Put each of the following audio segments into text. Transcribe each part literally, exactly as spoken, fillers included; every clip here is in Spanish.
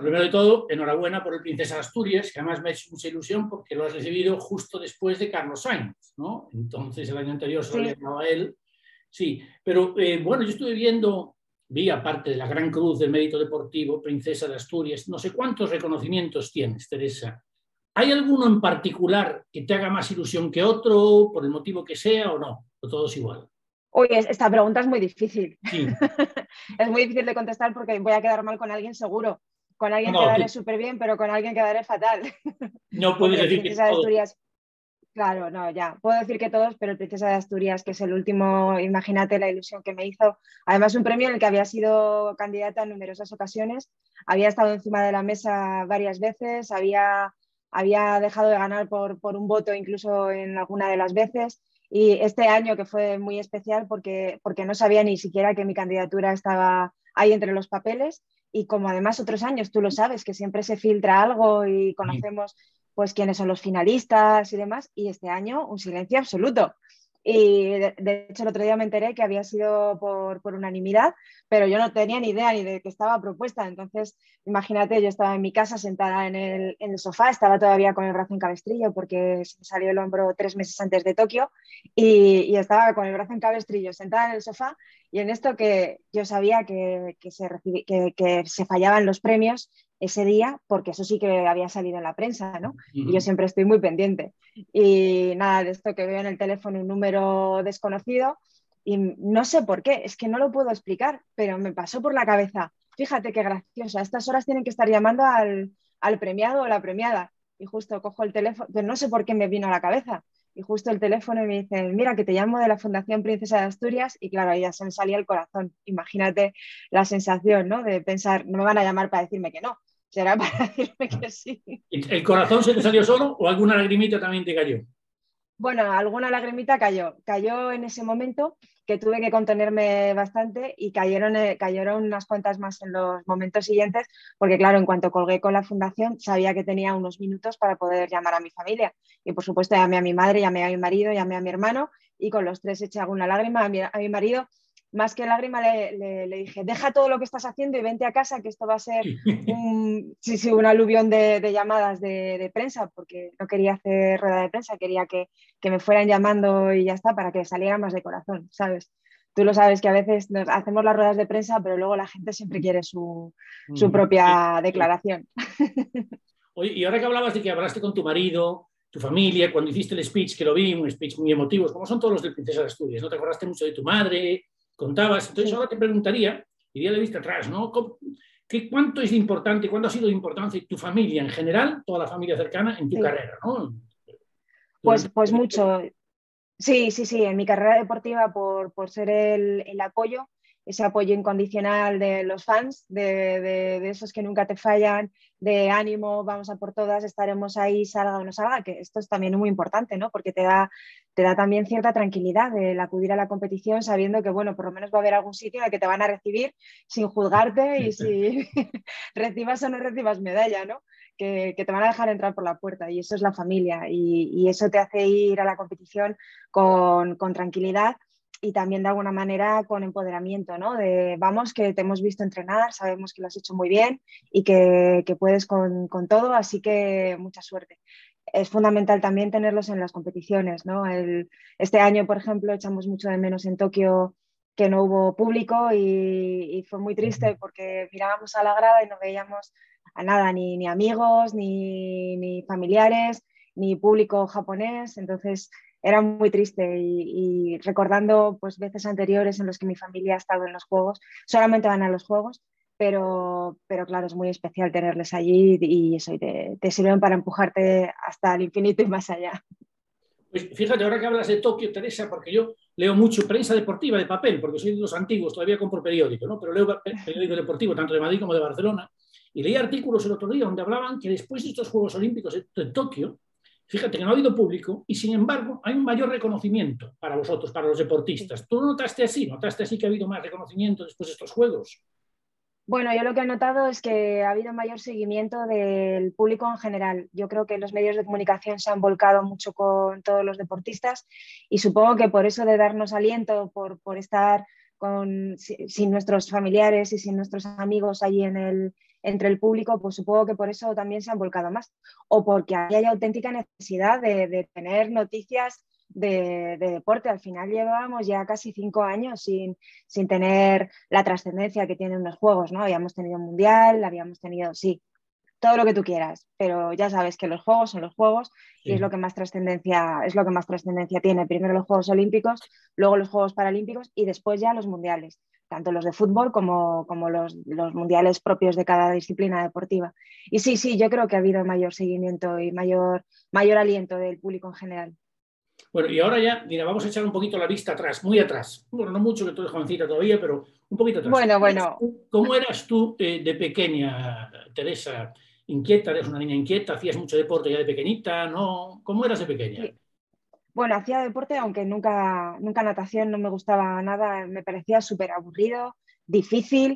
primero de todo, enhorabuena por el Princesa de Asturias, que además me ha hecho mucha ilusión porque lo has recibido justo después de Carlos Sainz, ¿no? Entonces el año anterior se lo había Sí. dado a él. Sí, pero eh, bueno, yo estuve viendo, vi aparte de la Gran Cruz del Mérito Deportivo, Princesa de Asturias, no sé cuántos reconocimientos tienes, Teresa. ¿Hay alguno en particular que te haga más ilusión que otro, por el motivo que sea, o no? ¿O todo es igual? Uy, esta pregunta es muy difícil. Sí. Es muy difícil de contestar porque voy a quedar mal con alguien seguro. Con alguien No, quedaré tú súper bien, pero con alguien quedaré fatal. no puedes Porque el decir que Princesa de todos. Asturias, claro, no, ya. Puedo decir que todos, pero el Princesa de Asturias, que es el último, imagínate la ilusión que me hizo. Además, un premio en el que había sido candidata en numerosas ocasiones. Había estado encima de la mesa varias veces, había, había dejado de ganar por, por un voto incluso en alguna de las veces. Y este año que fue muy especial porque, porque no sabía ni siquiera que mi candidatura estaba ahí entre los papeles. Y como además otros años, tú lo sabes, que siempre se filtra algo y Sí. conocemos pues quiénes son los finalistas y demás, y este año un silencio absoluto. Y de, de hecho el otro día me enteré que había sido por, por unanimidad, pero yo no tenía ni idea ni de que estaba propuesta. Entonces, imagínate, yo estaba en mi casa sentada en el, en el sofá, estaba todavía con el brazo en cabestrillo porque se me salió el hombro tres meses antes de Tokio y, y estaba con el brazo en cabestrillo sentada en el sofá y en esto que yo sabía que, que, se, recibi, que, que se fallaban los premios ese día, porque eso sí que había salido en la prensa, ¿no? Y yo Uh-huh. siempre estoy muy pendiente. Y nada, de esto que veo en el teléfono un número desconocido y no sé por qué, es que no lo puedo explicar, pero me pasó por la cabeza. Fíjate qué gracioso, a estas horas tienen que estar llamando al, al premiado o la premiada. Y justo cojo el teléfono, pero no sé por qué me vino a la cabeza. Y justo el teléfono y me dicen, mira, que te llamo de la Fundación Princesa de Asturias. Y claro, ahí ya se me salía el corazón. Imagínate la sensación, ¿no? De pensar, no me van a llamar para decirme que no, será para decirme que sí. ¿El corazón se te salió solo o alguna lagrimita también te cayó? Bueno, alguna lagrimita cayó. Cayó en ese momento que tuve que contenerme bastante y cayeron, eh, cayeron unas cuantas más en los momentos siguientes, porque claro, en cuanto colgué con la fundación, sabía que tenía unos minutos para poder llamar a mi familia. Y por supuesto llamé a mi madre, llamé a mi marido, llamé a mi hermano y con los tres eché alguna lágrima. A mi, a mi marido, más que lágrima, le, le, le dije, deja todo lo que estás haciendo y vente a casa, que esto va a ser un, sí, sí, un aluvión de, de llamadas de, de prensa, porque no quería hacer rueda de prensa, quería que que me fueran llamando y ya está, para que saliera más de corazón, ¿sabes? Tú lo sabes que a veces nos hacemos las ruedas de prensa, pero luego la gente siempre quiere su, su Uh-huh. propia declaración. Oye, y ahora que hablabas de que hablaste con tu marido, tu familia, cuando hiciste el speech, que lo vi, un speech muy emotivo, como son todos los del Princesa de Asturias, ¿no? Te acordaste mucho de tu madre, contabas, entonces Sí. ahora te preguntaría, iría de vista atrás, ¿no? ¿Qué, ¿Cuánto es de importante, cuánto ha sido de importancia tu familia en general, toda la familia cercana, en tu Sí. carrera, ¿no? Pues, Durante... pues mucho. Sí, sí, sí, en mi carrera deportiva por, por ser el, el apoyo, ese apoyo incondicional de los fans, de, de, de esos que nunca te fallan, de ánimo, vamos a por todas, estaremos ahí, salga o no salga, que esto es también muy importante, ¿no? Porque te da, te da también cierta tranquilidad el acudir a la competición sabiendo que, bueno, por lo menos va a haber algún sitio en el que te van a recibir sin juzgarte y si recibas o no recibas medalla, ¿no? Que, que te van a dejar entrar por la puerta y eso es la familia y, y eso te hace ir a la competición con, con tranquilidad y también de alguna manera con empoderamiento, ¿no? De vamos, que te hemos visto entrenar, sabemos que lo has hecho muy bien y que, que puedes con, con todo, así que mucha suerte. Es fundamental también tenerlos en las competiciones, ¿no? El, este año, por ejemplo, echamos mucho de menos en Tokio que no hubo público y, y fue muy triste porque mirábamos a la grada y no veíamos a nada, ni, ni amigos, ni, ni familiares, ni público japonés, entonces era muy triste y, y recordando pues, veces anteriores en los que mi familia ha estado en los juegos, solamente van a los juegos, pero, pero claro, es muy especial tenerles allí y eso, y te, te sirven para empujarte hasta el infinito y más allá. Pues fíjate, ahora que hablas de Tokio, Teresa, porque yo leo mucho prensa deportiva de papel, porque soy de los antiguos, todavía compro periódico, ¿no? Pero leo periódico deportivo, tanto de Madrid como de Barcelona, y leí artículos el otro día donde hablaban que después de estos Juegos Olímpicos de Tokio, fíjate que no ha habido público y sin embargo hay un mayor reconocimiento para vosotros, para los Sí. deportistas. ¿Tú lo notaste así? ¿Notaste así que ha habido más reconocimiento después de estos Juegos? Bueno, yo lo que he notado es que ha habido mayor seguimiento del público en general. Yo creo que los medios de comunicación se han volcado mucho con todos los deportistas y supongo que por eso de darnos aliento, por, por estar con, sin nuestros familiares y sin nuestros amigos allí en el, entre el público, pues supongo que por eso también se han volcado más. O porque hay auténtica necesidad de, de tener noticias de, de deporte. Al final llevábamos ya casi cinco años sin, sin tener la trascendencia que tienen los juegos, ¿no? Habíamos tenido un mundial, habíamos tenido, sí, todo lo que tú quieras, pero ya sabes que los juegos son los juegos y es Sí. lo que más trascendencia, es lo que más trascendencia tiene. Primero los Juegos Olímpicos, luego los Juegos Paralímpicos y después ya los mundiales, tanto los de fútbol como, como los, los mundiales propios de cada disciplina deportiva. Y sí, sí, yo creo que ha habido mayor seguimiento y mayor, mayor aliento del público en general. Bueno, y ahora ya, mira, vamos a echar un poquito la vista atrás, muy atrás. Bueno, no mucho, que tú eres jovencita todavía, pero un poquito atrás. Bueno, bueno. ¿Cómo eras tú eh, de pequeña, Teresa? ¿Inquieta? ¿Eres una niña inquieta? ¿Hacías mucho deporte ya de pequeñita? ¿No? ¿Cómo eras de pequeña? Sí. Bueno, hacía deporte, aunque nunca, nunca natación no me gustaba nada, me parecía súper aburrido, difícil,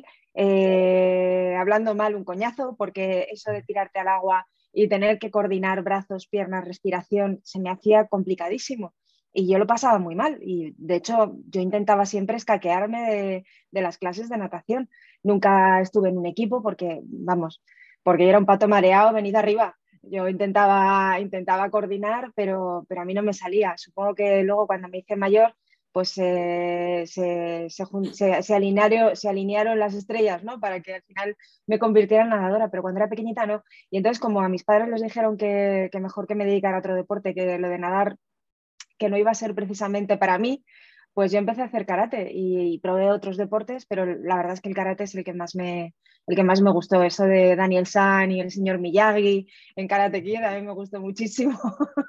eh, hablando mal un coñazo, porque eso de tirarte al agua y tener que coordinar brazos, piernas, respiración, se me hacía complicadísimo. Y yo lo pasaba muy mal. Y de hecho, yo intentaba siempre escaquearme de, de las clases de natación. Nunca estuve en un equipo porque, vamos, porque yo era un pato mareado, venid arriba. Yo intentaba, intentaba coordinar, pero, pero a mí no me salía. Supongo que luego cuando me hice mayor, pues eh, se, se, se, se, alinearon, se alinearon las estrellas, ¿no? Para que al final me convirtiera en nadadora, pero cuando era pequeñita no. Y entonces como a mis padres les dijeron que, que mejor que me dedicara a otro deporte, que lo de nadar, que no iba a ser precisamente para mí, pues yo empecé a hacer karate y, y probé otros deportes, pero la verdad es que el karate es el que más me, el que más me gustó. Eso de Daniel San y el señor Miyagi en Karate Kid a mí me gustó muchísimo.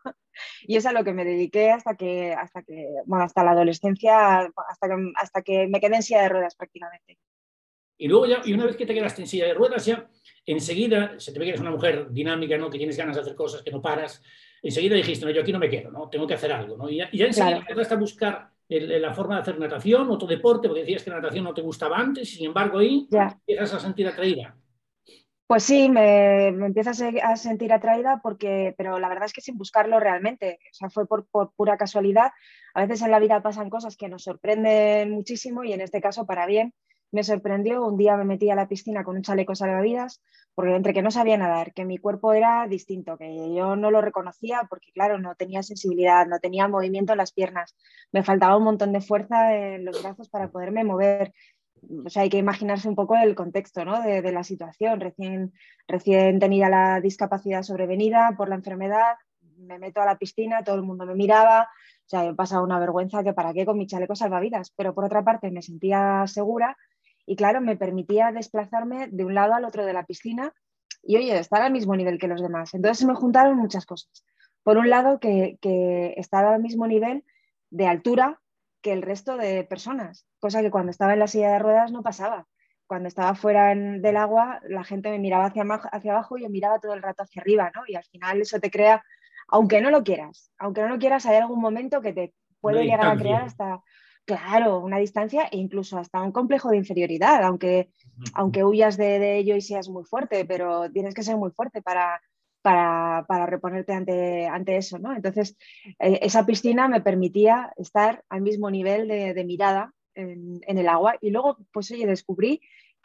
Y es a lo que me dediqué hasta que, hasta que, bueno, hasta la adolescencia, hasta que, hasta que me quedé en silla de ruedas prácticamente. Y luego ya, y una vez que te quedaste en silla de ruedas, ya enseguida se te ve que eres una mujer dinámica, ¿no? Que tienes ganas de hacer cosas, que no paras. Enseguida dijiste, no, yo aquí no me quedo, ¿no? Tengo que hacer algo, ¿no? Y ya, y ya enseguida Claro. empezaste a buscar el, la forma de hacer natación, otro deporte, porque decías que la natación no te gustaba antes, sin embargo, ahí Ya. empiezas a sentir atraída. Pues sí, me, me empiezo a, se, a, sentir atraída porque, pero la verdad es que sin buscarlo realmente, o sea, fue por, por pura casualidad. A veces en la vida pasan cosas que nos sorprenden muchísimo y en este caso para bien. Me sorprendió, un día me metí a la piscina con un chaleco salvavidas porque entre que no sabía nadar, que mi cuerpo era distinto, que yo no lo reconocía porque claro, no tenía sensibilidad, no tenía movimiento en las piernas, me faltaba un montón de fuerza en los brazos para poderme mover. O sea, hay que imaginarse un poco el contexto, ¿no? de, de la situación. Recién, recién tenía la discapacidad sobrevenida por la enfermedad, me meto a la piscina, todo el mundo me miraba, o sea, he pasado una vergüenza que para qué con mi chaleco salvavidas, pero por otra parte me sentía segura y claro, me permitía desplazarme de un lado al otro de la piscina y oye, estar al mismo nivel que los demás. Entonces me juntaron muchas cosas. Por un lado, que, que estar al mismo nivel de altura que el resto de personas, cosa que cuando estaba en la silla de ruedas no pasaba. Cuando estaba fuera en, del agua, la gente me miraba hacia, hacia abajo y yo miraba todo el rato hacia arriba, ¿no? Y al final eso te crea, aunque no lo quieras, aunque no lo quieras, hay algún momento que te Una puede llegar a crear distancia. hasta, claro, una distancia e incluso hasta un complejo de inferioridad, aunque, aunque huyas de, de ello y seas muy fuerte, pero tienes que ser muy fuerte para, para, para reponerte ante, ante eso, ¿no? Entonces, eh, esa piscina me permitía estar al mismo nivel de, de mirada en, en, el agua y luego, pues oye, descubrí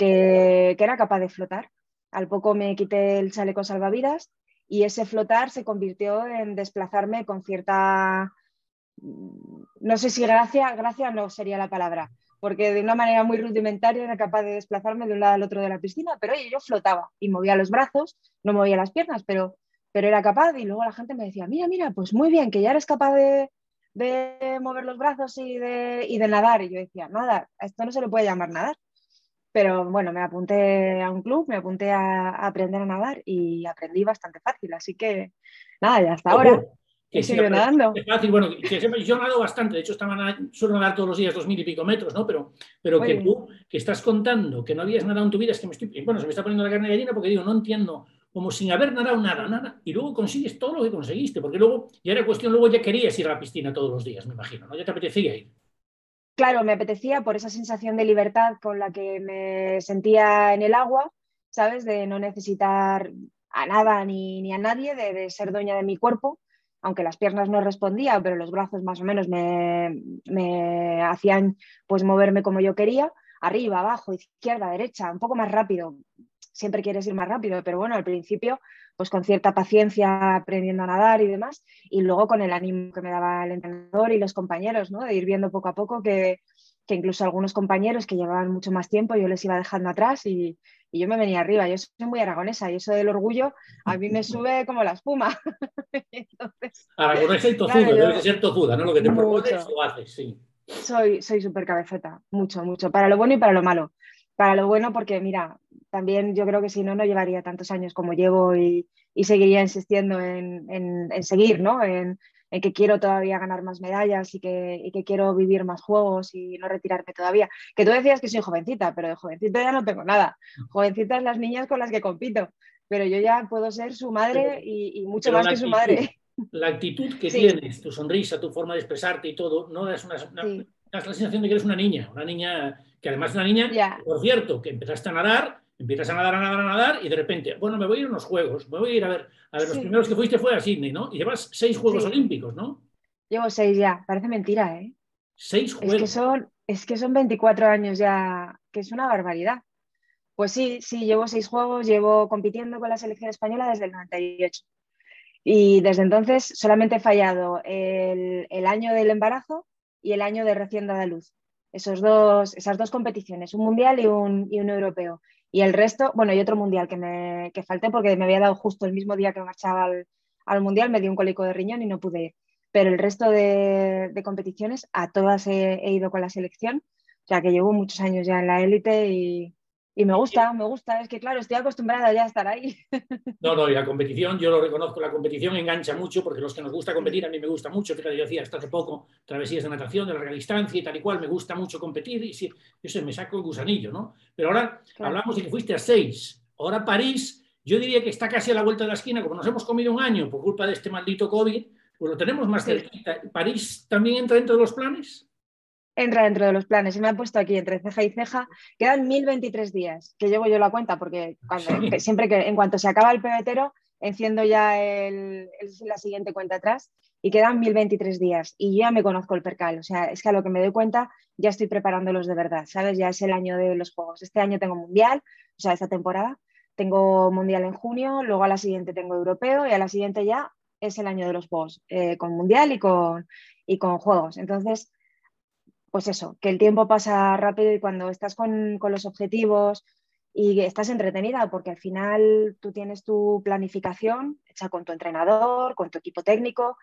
que, que era capaz de flotar. Al poco me quité el chaleco salvavidas y ese flotar se convirtió en desplazarme con cierta, no sé si gracia, gracia no sería la palabra, porque de una manera muy rudimentaria era capaz de desplazarme de un lado al otro de la piscina, pero oye, yo flotaba y movía los brazos, no movía las piernas, pero, pero era capaz y luego la gente me decía, mira, mira, pues muy bien, que ya eres capaz de, de mover los brazos y de, y de nadar. Y yo decía, nada, a esto no se le puede llamar nadar. Pero bueno, me apunté a un club, me apunté a, a aprender a nadar y aprendí bastante fácil, así que nada, ya hasta ahora Ojo, he que si seguido nadando. es fácil, bueno, que sepas, yo nado bastante, de hecho estaba nadando, suelo nadar todos los días dos mil y pico metros, ¿no? Pero, pero Muy que bien. tú, que estás contando que no habías nadado en tu vida, es que me estoy, bueno, se me está poniendo la carne de gallina porque digo, no entiendo, como sin haber nadado nada, nada, y luego consigues todo lo que conseguiste, porque luego ya era cuestión, luego ya querías ir a la piscina todos los días, me imagino, ¿no? Ya te apetecía ir. Claro, me apetecía por esa sensación de libertad con la que me sentía en el agua, ¿sabes? De no necesitar a nada ni, ni a nadie, de, de ser dueña de mi cuerpo, aunque las piernas no respondían, pero los brazos más o menos me, me hacían pues moverme como yo quería, arriba, abajo, izquierda, derecha, un poco más rápido. siempre quieres ir más rápido, pero bueno, al principio, pues con cierta paciencia aprendiendo a nadar y demás, y luego con el ánimo que me daba el entrenador y los compañeros, ¿no? De ir viendo poco a poco que, que incluso algunos compañeros que llevaban mucho más tiempo, yo les iba dejando atrás y, y yo me venía arriba. Yo soy muy aragonesa y eso del orgullo a mí me sube como la espuma. Entonces, Aragonesa y claro, tozuda, debes de yo ser tozuda, ¿no? Lo que te propones, mucho. lo haces, sí. Soy, soy súper cabezota, mucho, mucho, para lo bueno y para lo malo. Para lo bueno porque, mira, también yo creo que si no, no llevaría tantos años como llevo y, y seguiría insistiendo en, en, en seguir, ¿no? En, en que quiero todavía ganar más medallas y que, y que quiero vivir más juegos y no retirarme todavía. Que tú decías que soy jovencita, pero de jovencita ya no tengo nada. Jovencitas las niñas con las que compito, pero yo ya puedo ser su Pero, madre y, y mucho pero más la que su actitud, madre. la actitud que Sí, tienes, tu sonrisa, tu forma de expresarte y todo, no das, una, una, sí, das la sensación de que eres una niña, una niña que además es una niña, ya, por cierto, que empezaste a nadar, empiezas a nadar, a nadar, a nadar y de repente, bueno, me voy a ir a unos juegos, me voy a ir a ver, a ver, los sí, primeros que fuiste fue a Sydney, ¿no? Y llevas seis Juegos sí. Olímpicos, ¿no? Llevo seis ya, parece mentira, ¿eh? Seis Es que Juegos. son, es que son veinticuatro años ya, que es una barbaridad. Pues sí, sí, llevo seis juegos, llevo compitiendo con la selección española desde el noventa y ocho. Y desde entonces solamente he fallado el, el año del embarazo y el año de recién dada a luz. Esos dos, esas dos competiciones, un mundial y un, y un europeo. Y el resto, bueno, y otro mundial que, me, que falté porque me había dado justo el mismo día que marchaba al, al mundial, me dio un cólico de riñón y no pude ir. Pero el resto de, de competiciones, a todas he, he ido con la selección. O sea que llevo muchos años ya en la élite y, y me gusta, me gusta. Es que claro, estoy acostumbrada ya a estar ahí. No, no, y la competición, yo lo reconozco, la competición engancha mucho porque los que nos gusta competir, Sí, a mí me gusta mucho, fíjate, yo hacía hasta hace poco travesías de natación, de larga distancia y tal y cual, me gusta mucho competir y sí, yo sé, me saco el gusanillo, ¿no? Pero ahora claro. hablamos de que fuiste a seis, ahora París, yo diría que está casi a la vuelta de la esquina, como nos hemos comido un año por culpa de este maldito COVID, pues lo tenemos más Sí. cerquita. ¿París también entra dentro de los planes? Entra dentro de los planes. Se me ha puesto aquí entre ceja y ceja. Quedan mil veintitrés días, que llevo yo la cuenta, porque cuando, que Sí. siempre que en cuanto se acaba el pebetero, enciendo ya el, el, la siguiente cuenta atrás y quedan mil veintitrés días. Y yo ya me conozco el percal. O sea, es que a lo que me doy cuenta ya estoy preparándolos de verdad, ¿sabes? Ya es el año de los juegos. Este año tengo mundial, o sea, esta temporada. Tengo mundial en junio, luego a la siguiente tengo europeo y a la siguiente ya es el año de los juegos, eh, con mundial y con, y con juegos. Entonces pues eso, que el tiempo pasa rápido y cuando estás con, con, los objetivos y estás entretenida, porque al final tú tienes tu planificación hecha con tu entrenador, con tu equipo técnico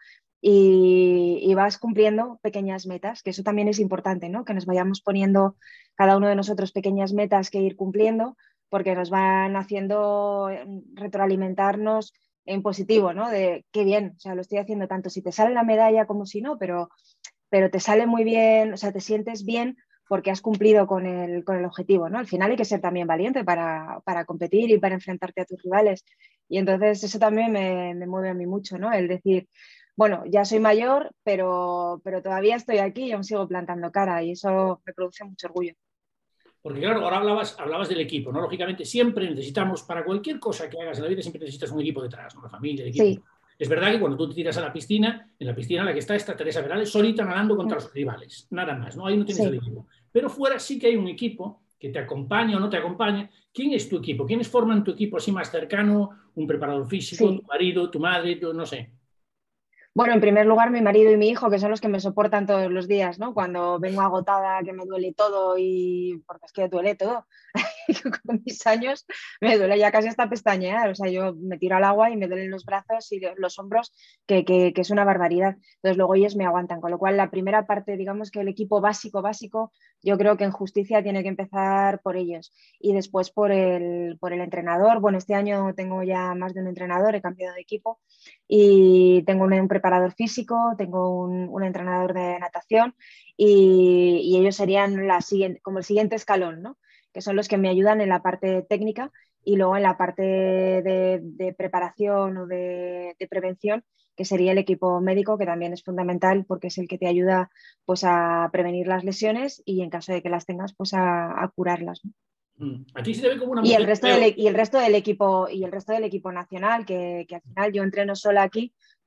y, y vas cumpliendo pequeñas metas, que eso también es importante, ¿no? Que nos vayamos poniendo cada uno de nosotros pequeñas metas que ir cumpliendo, porque nos van haciendo retroalimentarnos en positivo, ¿no? De qué bien, o sea, lo estoy haciendo tanto si te sale la medalla como si no, pero pero te sale muy bien, o sea, te sientes bien porque has cumplido con el, con el objetivo, ¿no? Al final hay que ser también valiente para, para competir y para enfrentarte a tus rivales. Y entonces eso también me, me mueve a mí mucho, ¿no? El decir, bueno, ya soy mayor, pero, pero todavía estoy aquí y aún sigo plantando cara y eso me produce mucho orgullo. Porque claro, ahora hablabas, hablabas del equipo, ¿no? Lógicamente siempre necesitamos, para cualquier cosa que hagas en la vida, siempre necesitas un equipo detrás, ¿no? La familia, el equipo. Sí. Es verdad que cuando tú te tiras a la piscina, en la piscina en la que está está Teresa Verales solita nadando contra los rivales, nada más, ¿no? Ahí no tienes el Sí. equipo. Pero fuera sí que hay un equipo que te acompaña o no te acompaña. ¿Quién es tu equipo? ¿Quiénes forman tu equipo así más cercano? ¿Un preparador físico, tu Sí. marido, tu madre, tu, no sé? Bueno, en primer lugar, mi marido y mi hijo, que son los que me soportan todos los días, ¿no? Cuando vengo agotada, que me duele todo y porque es que duele todo. Con mis años me duele ya casi hasta pestañear. O sea, yo me tiro al agua y me duelen los brazos y los hombros, que, que, que es una barbaridad. Entonces luego ellos me aguantan. Con lo cual, la primera parte, digamos que el equipo básico, básico, yo creo que en justicia tiene que empezar por ellos y después por el, por el entrenador. Bueno, este año tengo ya más de un entrenador, he cambiado de equipo y tengo un, un preparador físico, tengo un, un entrenador de natación y, y ellos serían la siguiente, como el siguiente escalón, ¿no? Que son los que me ayudan en la parte técnica y luego en la parte de, de preparación o de, de, prevención, que sería el equipo médico, que también es fundamental porque es el que te ayuda pues, a prevenir las lesiones y en caso de que las tengas, pues a, a curarlas, ¿no? A ti se te ve como una Y el mujer, resto creo. del, y el resto del equipo y el resto del equipo nacional, que, que al final yo entreno sola aquí,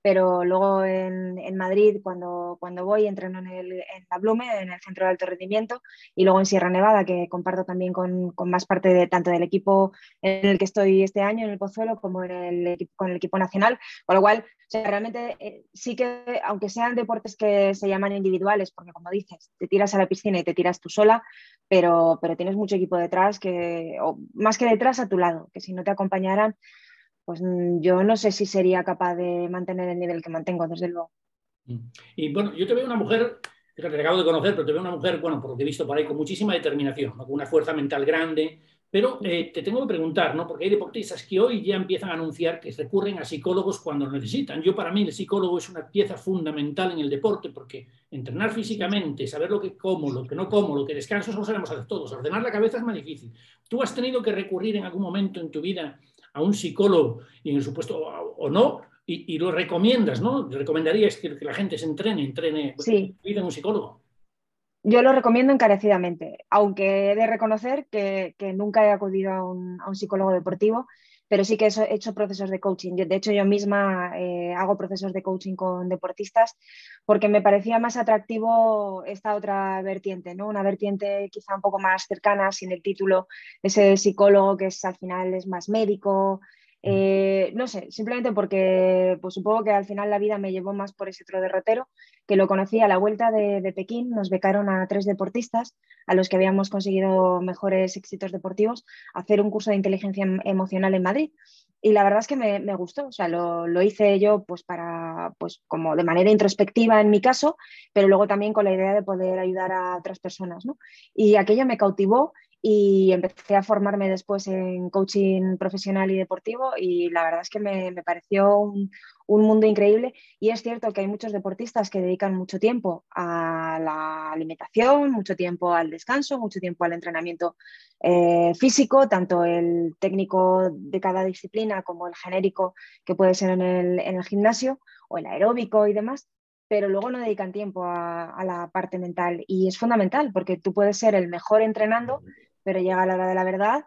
pero luego en, en Madrid, cuando, cuando voy, entreno en, el, en la Blume, en el Centro de Alto Rendimiento, y luego en Sierra Nevada, que comparto también con, con más parte de tanto del equipo en el que estoy este año, en el Pozuelo, como en el, con el equipo nacional, con lo cual, o sea, realmente eh, sí que, aunque sean deportes que se llaman individuales, porque como dices, te tiras a la piscina y te tiras tú sola, pero, pero tienes mucho equipo detrás, que, o más que detrás, a tu lado, que si no te acompañaran, pues yo no sé si sería capaz de mantener el nivel que mantengo, desde luego. Y bueno, yo te veo una mujer, fíjate, te acabo de conocer, pero te veo una mujer, bueno, por lo que he visto por ahí, con muchísima determinación, ¿no? Con una fuerza mental grande. Pero eh, te tengo que preguntar, ¿no? Porque hay deportistas que hoy ya empiezan a anunciar que recurren a psicólogos cuando lo necesitan. Yo, para mí, el psicólogo es una pieza fundamental en el deporte, porque entrenar físicamente, saber lo que como, lo que no como, lo que descanso, eso lo sabemos hacer todos. Ordenar la cabeza es más difícil. ¿Tú has tenido que recurrir en algún momento en tu vida a un psicólogo, y en el supuesto o no? Y, y lo recomiendas, ¿no? ¿Recomendarías que, que la gente se entrene, entrene, Sí, en un psicólogo? yo lo recomiendo encarecidamente, aunque he de reconocer que, que nunca he acudido a un, a un psicólogo deportivo, pero sí que he hecho procesos de coaching. Yo, de hecho, yo misma eh, hago procesos de coaching con deportistas porque me parecía más atractivo esta otra vertiente, ¿no? Una vertiente quizá un poco más cercana, sin el título, ese psicólogo que es, al final es más médico. Eh, no sé, simplemente porque pues supongo que al final la vida me llevó más por ese otro derrotero, que lo conocí a la vuelta de, de Pekín. Nos becaron a tres deportistas a los que habíamos conseguido mejores éxitos deportivos hacer un curso de inteligencia emocional en Madrid. Y la verdad es que me, me gustó, o sea, lo, lo, hice yo pues para, pues como de manera introspectiva en mi caso, pero luego también con la idea de poder ayudar a otras personas, ¿no? Y aquello me cautivó y empecé a formarme después en coaching profesional y deportivo, y la verdad es que me, me pareció un, un mundo increíble. Y es cierto que hay muchos deportistas que dedican mucho tiempo a la alimentación, mucho tiempo al descanso, mucho tiempo al entrenamiento eh, físico, tanto el técnico de cada disciplina como el genérico que puede ser en el, en el gimnasio o el aeróbico y demás, pero luego no dedican tiempo a, a la parte mental, y es fundamental porque tú puedes ser el mejor entrenando, pero llega la hora de la verdad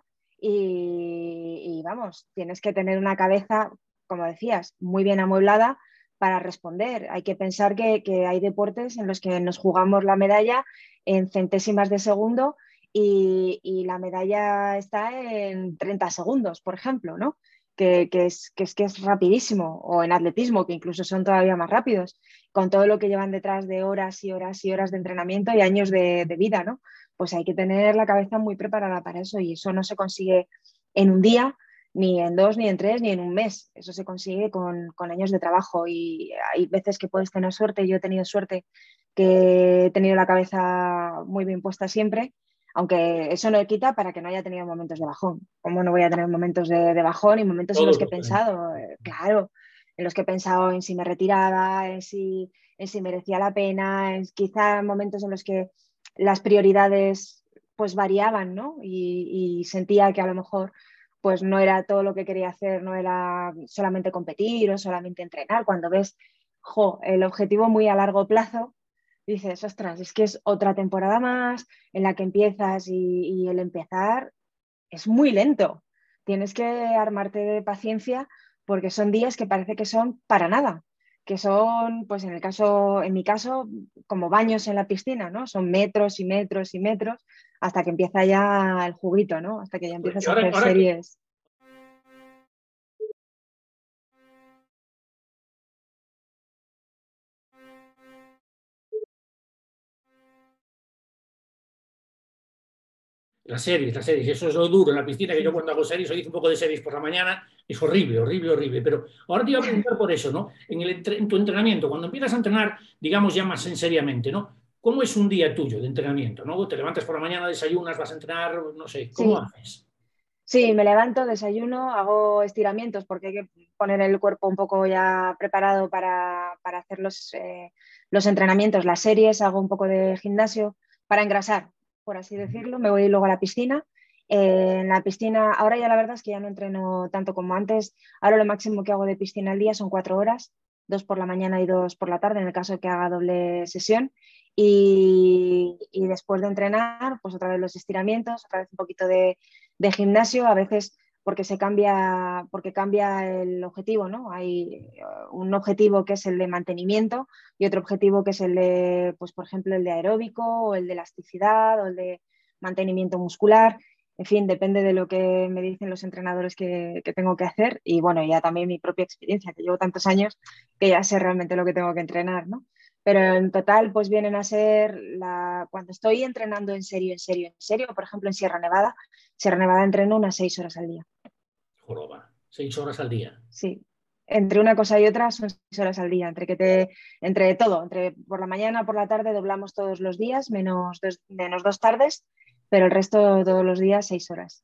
y, y vamos, tienes que tener una cabeza, como decías, muy bien amueblada para responder. Hay que pensar que, que hay deportes en los que nos jugamos la medalla en centésimas de segundo y, y la medalla está en treinta segundos, por ejemplo, ¿no? Que, que, es, que, es, que es rapidísimo, o en atletismo, que incluso son todavía más rápidos, con todo lo que llevan detrás de horas y horas y horas de entrenamiento y años de, de vida, ¿no? Pues hay que tener la cabeza muy preparada para eso, y eso no se consigue en un día, ni en dos, ni en tres, ni en un mes. Eso se consigue con, con años de trabajo, y hay veces que puedes tener suerte. Yo he tenido suerte que he tenido la cabeza muy bien puesta siempre, aunque eso no quita para que no haya tenido momentos de bajón. ¿Cómo no voy a tener momentos de, de bajón y momentos en los Todos que he los tenemos. pensado, eh, claro, en los que he pensado en si me retiraba, en si, en si merecía la pena, en quizá momentos en los que las prioridades pues variaban, ¿no? Y, y sentía que a lo mejor pues no era todo lo que quería hacer, no era solamente competir o solamente entrenar. Cuando ves, jo, el objetivo muy a largo plazo, dices, ostras, es que es otra temporada más en la que empiezas, y, y el empezar es muy lento. Tienes que armarte de paciencia porque son días que parece que son para nada, que son, pues en el caso, en mi caso, como baños en la piscina, ¿no? Son metros y metros y metros hasta que empieza ya el juguito, ¿no? Hasta que ya Pues, empiezas a ahora, hacer ahora que, series. las series, las series, eso es lo duro en la piscina, que yo Sí. cuando hago series, hoy hice un poco de series por la mañana, es horrible, horrible, horrible. Pero ahora te iba a preguntar por eso, ¿no? En, el, en tu entrenamiento, cuando empiezas a entrenar, digamos ya más en seriamente, ¿no? ¿Cómo es un día tuyo de entrenamiento, ¿no? Te levantas por la mañana, desayunas, vas a entrenar, no sé, ¿cómo Sí, haces? sí, me levanto, desayuno, hago estiramientos porque hay que poner el cuerpo un poco ya preparado para, para hacer los, eh, los entrenamientos, las series, hago un poco de gimnasio para engrasar, por así decirlo. Me voy luego a la piscina. Eh, en la piscina, ahora ya la verdad es que ya no entreno tanto como antes. Ahora lo máximo que hago de piscina al día son cuatro horas, dos por la mañana y dos por la tarde, en el caso de que haga doble sesión. Y, y después de entrenar, pues otra vez los estiramientos, otra vez un poquito de de gimnasio. A veces porque se cambia, porque cambia el objetivo, ¿no? Hay un objetivo que es el de mantenimiento y otro objetivo que es el de, pues, por ejemplo, el de aeróbico o el de elasticidad o el de mantenimiento muscular. En fin, depende de lo que me dicen los entrenadores que, que tengo que hacer y bueno, ya también mi propia experiencia, que llevo tantos años que ya sé realmente lo que tengo que entrenar, ¿no? Pero en total, pues vienen a ser, la... cuando estoy entrenando en serio, en serio, en serio, por ejemplo en Sierra Nevada, Sierra Nevada entreno unas seis horas al día. Joroba, seis horas al día. Sí, entre una cosa y otra son seis horas al día, entre que te, entre todo, entre por la mañana, por la tarde doblamos todos los días, menos dos, menos dos tardes, pero el resto todos los días seis horas.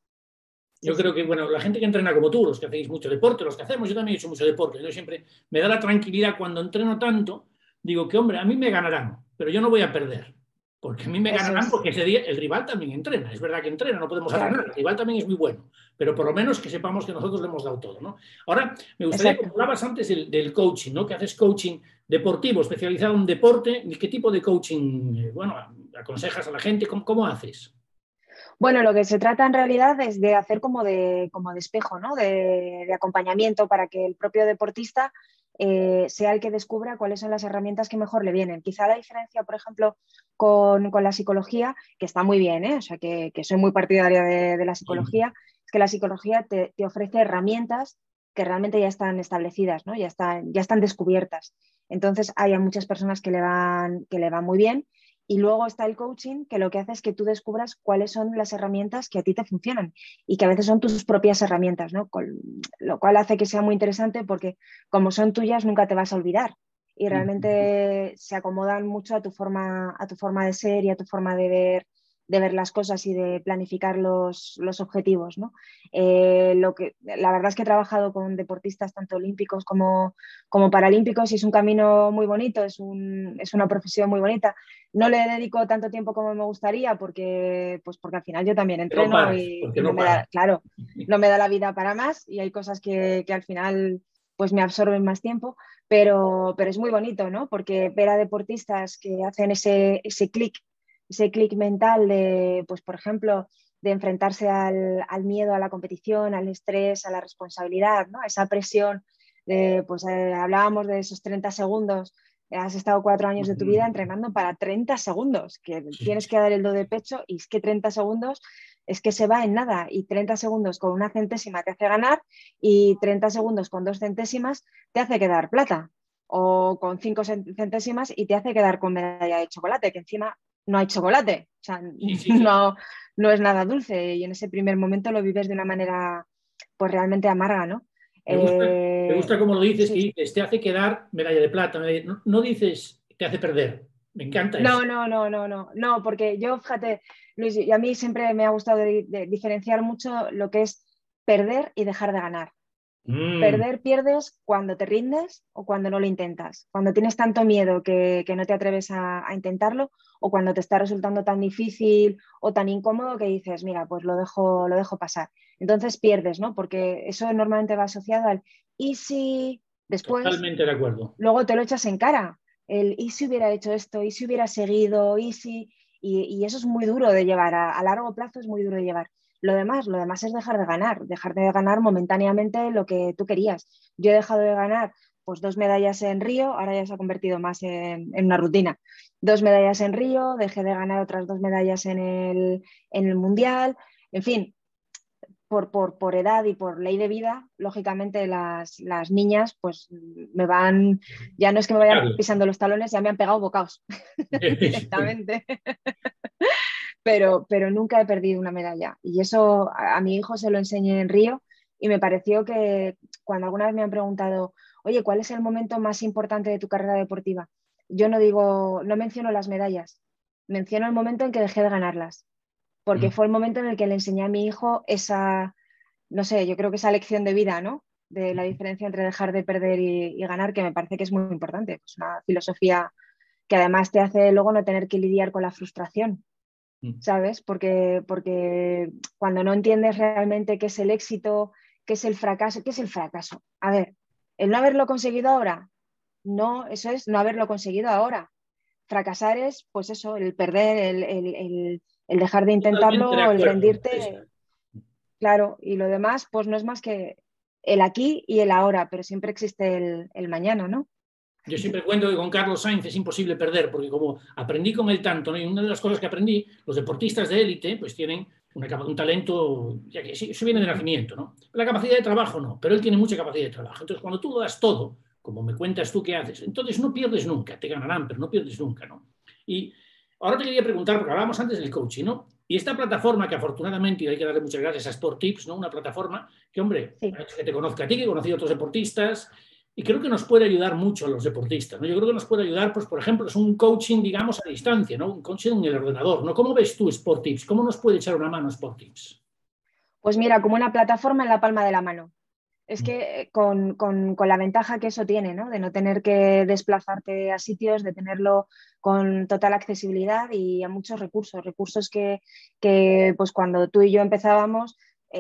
Yo creo que, bueno, la gente que entrena como tú, los que hacéis mucho deporte, los que hacemos, yo también he hecho mucho deporte, yo siempre me da la tranquilidad cuando entreno tanto, digo que, hombre, a mí me ganarán, pero yo no voy a perder, porque a mí me Eso ganarán es, porque ese día el rival también entrena, es verdad que entrena, no podemos claro, entrenar, el rival también es muy bueno, pero por lo menos que sepamos que nosotros le hemos dado todo, ¿no? Ahora, me gustaría, como exacto. hablabas antes del, del coaching, ¿no? Que haces coaching deportivo, especializado en deporte, ¿qué tipo de coaching, eh, bueno, aconsejas a la gente? ¿Cómo, cómo haces? Bueno, lo que se trata en realidad es de hacer como de, como de espejo, ¿no? De, de acompañamiento para que el propio deportista eh, sea el que descubra cuáles son las herramientas que mejor le vienen. Quizá la diferencia, por ejemplo, con, con la psicología, que está muy bien, ¿eh? O sea, que, que soy muy partidaria de, de la psicología, es que la psicología te, te ofrece herramientas que realmente ya están establecidas, ¿no? Ya están, ya están descubiertas. Entonces, hay a muchas personas que le van, que le van muy bien. Y luego está el coaching, que lo que hace es que tú descubras cuáles son las herramientas que a ti te funcionan y que a veces son tus propias herramientas, ¿no? Con, lo cual hace que sea muy interesante porque como son tuyas nunca te vas a olvidar y realmente se acomodan mucho a tu forma, a tu forma de ser y a tu forma de ver, de ver las cosas y de planificar los, los objetivos, ¿no? Eh, lo que, la verdad es que he trabajado con deportistas tanto olímpicos como, como paralímpicos y es un camino muy bonito, es, un, es una profesión muy bonita. No le dedico tanto tiempo como me gustaría porque, pues porque al final yo también Que no entreno paras, y, porque y no no me da, paras. claro, no me da la vida para más y hay cosas que, que al final pues me absorben más tiempo, pero, pero es muy bonito, ¿no? Porque ver a deportistas que hacen ese, ese clic, ese clic mental de, pues por ejemplo, de enfrentarse al, al, miedo a la competición, al estrés, a la responsabilidad, ¿no? Esa presión, de, pues eh, hablábamos de esos treinta segundos, has estado cuatro años de tu vida entrenando para treinta segundos, que Sí, tienes que dar el do de pecho y es que treinta segundos es que se va en nada y treinta segundos con una centésima te hace ganar y treinta segundos con dos centésimas te hace quedar plata o con cinco centésimas y te hace quedar con medalla de chocolate, que encima no hay chocolate, o sea, sí, sí, sí. no, no es nada dulce y en ese primer momento lo vives de una manera pues realmente amarga, ¿no? Me gusta, me Eh, gusta cómo lo dices, que sí. dices, te hace quedar medalla de plata. medalla- No, no dices, te hace perder. Me encanta eso. No, no, no, no, no, no, porque yo, fíjate, Luis, y a mí siempre me ha gustado de, de diferenciar mucho lo que es perder y dejar de ganar. Mm, Perder, pierdes cuando te rindes o cuando no lo intentas, cuando tienes tanto miedo que, que no te atreves a, a, intentarlo o cuando te está resultando tan difícil o tan incómodo que dices, mira, pues lo dejo, lo dejo pasar. Entonces pierdes, ¿no? Porque eso normalmente va asociado al y si después, totalmente de acuerdo. luego te lo echas en cara. El y si hubiera hecho esto, y si hubiera seguido, y si... Y, y eso es muy duro de llevar, a, a largo plazo es muy duro de llevar. Lo demás, lo demás es dejar de ganar, dejar de ganar momentáneamente lo que tú querías. Yo he dejado de ganar pues dos medallas en Río, ahora ya se ha convertido más en, en una rutina. Dos medallas en Río, dejé de ganar otras dos medallas en el, en el Mundial, en fin, por, por, por edad y por ley de vida, lógicamente las, las niñas pues me van, ya no es que me vayan Claro. pisando los talones, ya me han pegado bocados directamente. pero, pero nunca he perdido una medalla. Y eso a, a mi hijo se lo enseñé en Río y me pareció que cuando alguna vez me han preguntado, oye, ¿cuál es el momento más importante de tu carrera deportiva? Yo no digo, no menciono las medallas, menciono el momento en que dejé de ganarlas, porque Mm. fue el momento en el que le enseñé a mi hijo esa, no sé, yo creo que esa lección de vida, ¿no? De la diferencia entre dejar de perder y, y ganar, que me parece que es muy importante. Es una filosofía que además te hace luego no tener que lidiar con la frustración, Mm. ¿sabes? Porque, porque cuando no entiendes realmente qué es el éxito, qué es el fracaso, qué es el fracaso. A ver, el no haberlo conseguido ahora, no, eso es no haberlo conseguido ahora. Fracasar es, pues eso, el perder, el, el, el, el dejar de Totalmente de intentarlo, el acuerdo, Teresa. rendirte. claro, y lo demás pues no es más que el aquí y el ahora, pero siempre existe el, el mañana, ¿no? Yo siempre cuento que con Carlos Sainz es imposible perder, porque como aprendí con él tanto, ¿no? Y una de las cosas que aprendí, los deportistas de élite pues tienen una, un talento, ya que eso viene de nacimiento, ¿no? La capacidad de trabajo no, pero él tiene mucha capacidad de trabajo. Entonces, cuando tú lo das todo, como me cuentas tú que haces, entonces no pierdes nunca, te ganarán, pero no pierdes nunca, ¿no? Y ahora te quería preguntar, porque hablábamos antes del coaching, ¿no? Y esta plataforma que afortunadamente, y hay que darle muchas gracias a Sport Tips, ¿no? Una plataforma que, hombre, Sí. ha hecho que te conozca a ti, que he conocido a otros deportistas, y creo que nos puede ayudar mucho a los deportistas, ¿no? Yo creo que nos puede ayudar, pues, por ejemplo, es un coaching, digamos, a distancia, ¿no? Un coaching en el ordenador, ¿no? ¿Cómo ves tú Sport Tips? ¿Cómo nos puede echar una mano Sport Tips? Pues mira, como una plataforma en la palma de la mano. Es que con, con, con la ventaja que eso tiene, ¿no? De no tener que desplazarte a sitios, de tenerlo con total accesibilidad y a muchos recursos, recursos que, que pues cuando tú y yo empezábamos,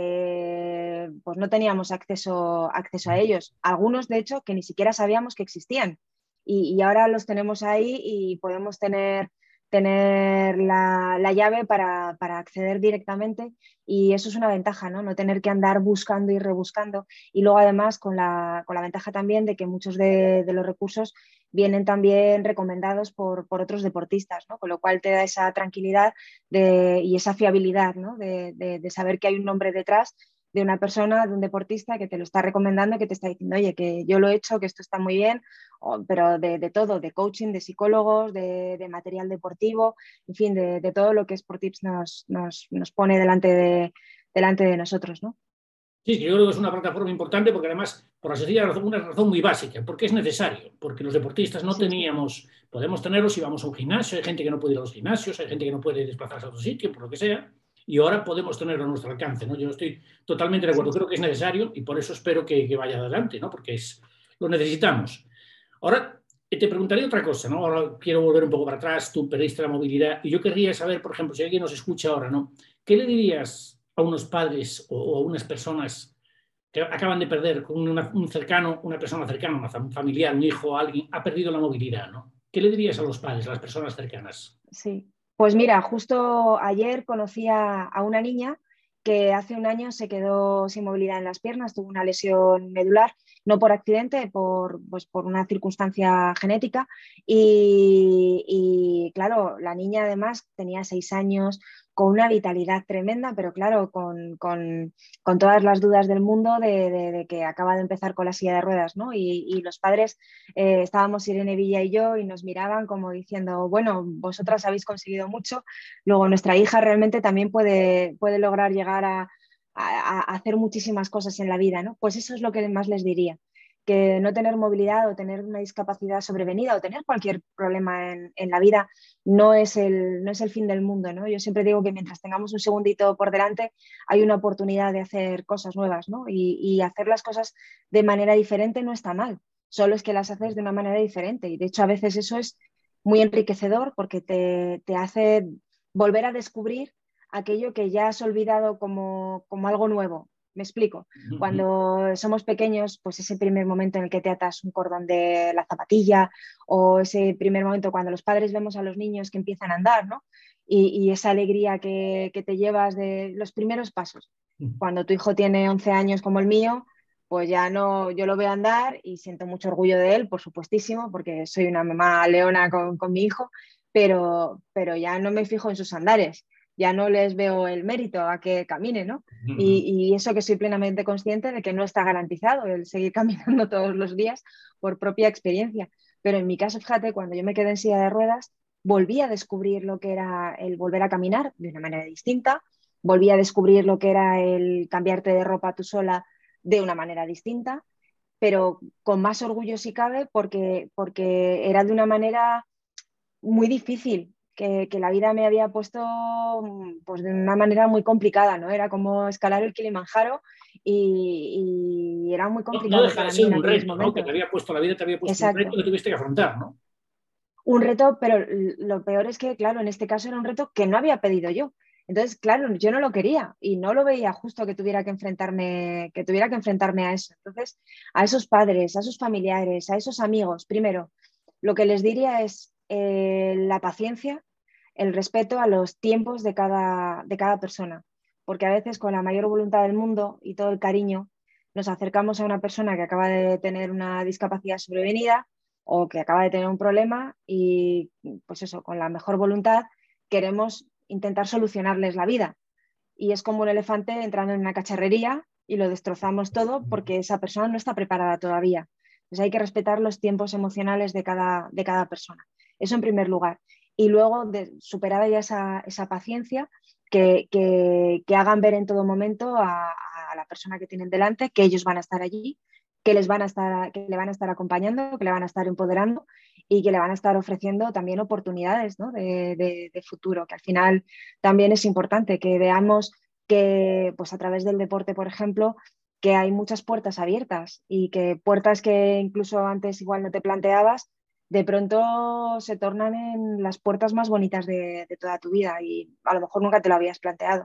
eh, pues no teníamos acceso, acceso a ellos. Algunos, de hecho, que ni siquiera sabíamos que existían. Y, y ahora los tenemos ahí y podemos tener, tener la, la llave para, para acceder directamente y eso es una ventaja, ¿no? No tener que andar buscando y rebuscando. Y luego además con la, con la ventaja también de que muchos de, de los recursos vienen también recomendados por, por otros deportistas, ¿no? Con lo cual te da esa tranquilidad de, y esa fiabilidad, ¿no? de, de, de saber que hay un nombre detrás de una persona, de un deportista que te lo está recomendando, que te está diciendo, oye, que yo lo he hecho, que esto está muy bien, o, pero de, de todo, de coaching, de psicólogos, de, de material deportivo, en fin, de, de todo lo que Sportips nos, nos, nos pone delante de, delante de nosotros, ¿no? Sí, yo creo que es una plataforma importante porque además, por la sencilla razón, una razón muy básica, porque es necesario, porque los deportistas no Sí. teníamos, podemos tenerlos si vamos a un gimnasio, hay gente que no puede ir a los gimnasios, hay gente que no puede desplazarse a otro sitio, por lo que sea, y ahora podemos tenerlo a nuestro alcance, ¿no? Yo estoy totalmente de acuerdo, Sí. creo que es necesario y por eso espero que, que vaya adelante, ¿no? Porque es, lo necesitamos. Ahora, te preguntaría otra cosa, ¿no? Ahora quiero volver un poco para atrás, tú perdiste la movilidad, y yo querría saber, por ejemplo, si alguien nos escucha ahora, ¿no? ¿Qué le dirías a unos padres o, o a unas personas que acaban de perder con una, un cercano, una persona cercana, un familiar, un hijo, alguien, ha perdido la movilidad, ¿no? ¿Qué le dirías a los padres, a las personas cercanas? Sí, pues mira, justo ayer conocí a, a una niña que hace un año se quedó sin movilidad en las piernas, tuvo una lesión medular, no por accidente, por, pues por una circunstancia genética. Y, y claro, la niña además tenía seis años, con una vitalidad tremenda, pero claro, con, con, con todas las dudas del mundo de, de, de, que acaba de empezar con la silla de ruedas, ¿no? Y, y los padres, eh, estábamos Irene Villa y yo y nos miraban como diciendo, bueno, vosotras habéis conseguido mucho, luego nuestra hija realmente también puede, puede lograr llegar a, a, a hacer muchísimas cosas en la vida, ¿no? Pues eso es lo que más les diría, que no tener movilidad o tener una discapacidad sobrevenida o tener cualquier problema en, en la vida no es, el, no es el fin del mundo, ¿no? Yo siempre digo que mientras tengamos un segundito por delante hay una oportunidad de hacer cosas nuevas, ¿no? Y, y hacer las cosas de manera diferente no está mal, solo es que las haces de una manera diferente y de hecho a veces eso es muy enriquecedor porque te, te hace volver a descubrir aquello que ya has olvidado como, como algo nuevo. Me explico. Cuando somos pequeños, pues ese primer momento en el que te atas un cordón de la zapatilla o ese primer momento cuando los padres vemos a los niños que empiezan a andar, ¿no? Y, y esa alegría que, que te llevas de los primeros pasos. Cuando tu hijo tiene once años como el mío, pues ya no, yo lo veo andar y siento mucho orgullo de él, por supuestísimo, porque soy una mamá leona con, con mi hijo, pero, pero ya no me fijo en sus andares, ya no les veo el mérito a que camine, ¿no? Y, y eso que soy plenamente consciente de que no está garantizado el seguir caminando todos los días por propia experiencia. Pero en mi caso, fíjate, cuando yo me quedé en silla de ruedas, volví a descubrir lo que era el volver a caminar de una manera distinta, volví a descubrir lo que era el cambiarte de ropa tú sola de una manera distinta, pero con más orgullo si cabe, porque, porque era de una manera muy difícil, que, que la vida me había puesto pues, de una manera muy complicada, ¿no? Era como escalar el Kilimanjaro y, y era muy No, no complicado deja de para mí ser en un aquellos reto, ¿no? Que te momentos. había puesto la vida, te había puesto un reto Exacto. que tuviste que afrontar, ¿no? Un reto, pero lo peor es que, claro, en este caso era un reto que no había pedido yo. Entonces, claro, yo no lo quería y no lo veía justo que tuviera que enfrentarme, que tuviera que enfrentarme a eso. Entonces, a esos padres, a esos familiares, a esos amigos, primero, lo que les diría es eh, la paciencia, el respeto a los tiempos de cada, de cada persona. porque a veces con la mayor voluntad del mundo y todo el cariño nos acercamos a una persona que acaba de tener una discapacidad sobrevenida o que acaba de tener un problema y pues eso, con la mejor voluntad queremos intentar solucionarles la vida. Y es como un elefante entrando en una cacharrería y lo destrozamos todo porque esa persona no está preparada todavía. Entonces hay que respetar los tiempos emocionales de cada, de cada persona. Eso en primer lugar. Y luego, de, superada ya esa, esa paciencia, que, que, que hagan ver en todo momento a, a la persona que tienen delante que ellos van a estar allí, que, les van a estar, que le van a estar acompañando, que le van a estar empoderando y que le van a estar ofreciendo también oportunidades, ¿no? de, de, de futuro, que al final también es importante que veamos que pues a través del deporte, por ejemplo, que hay muchas puertas abiertas y que puertas que incluso antes igual no te planteabas, de pronto se tornan en las puertas más bonitas de, de toda tu vida y a lo mejor nunca te lo habías planteado.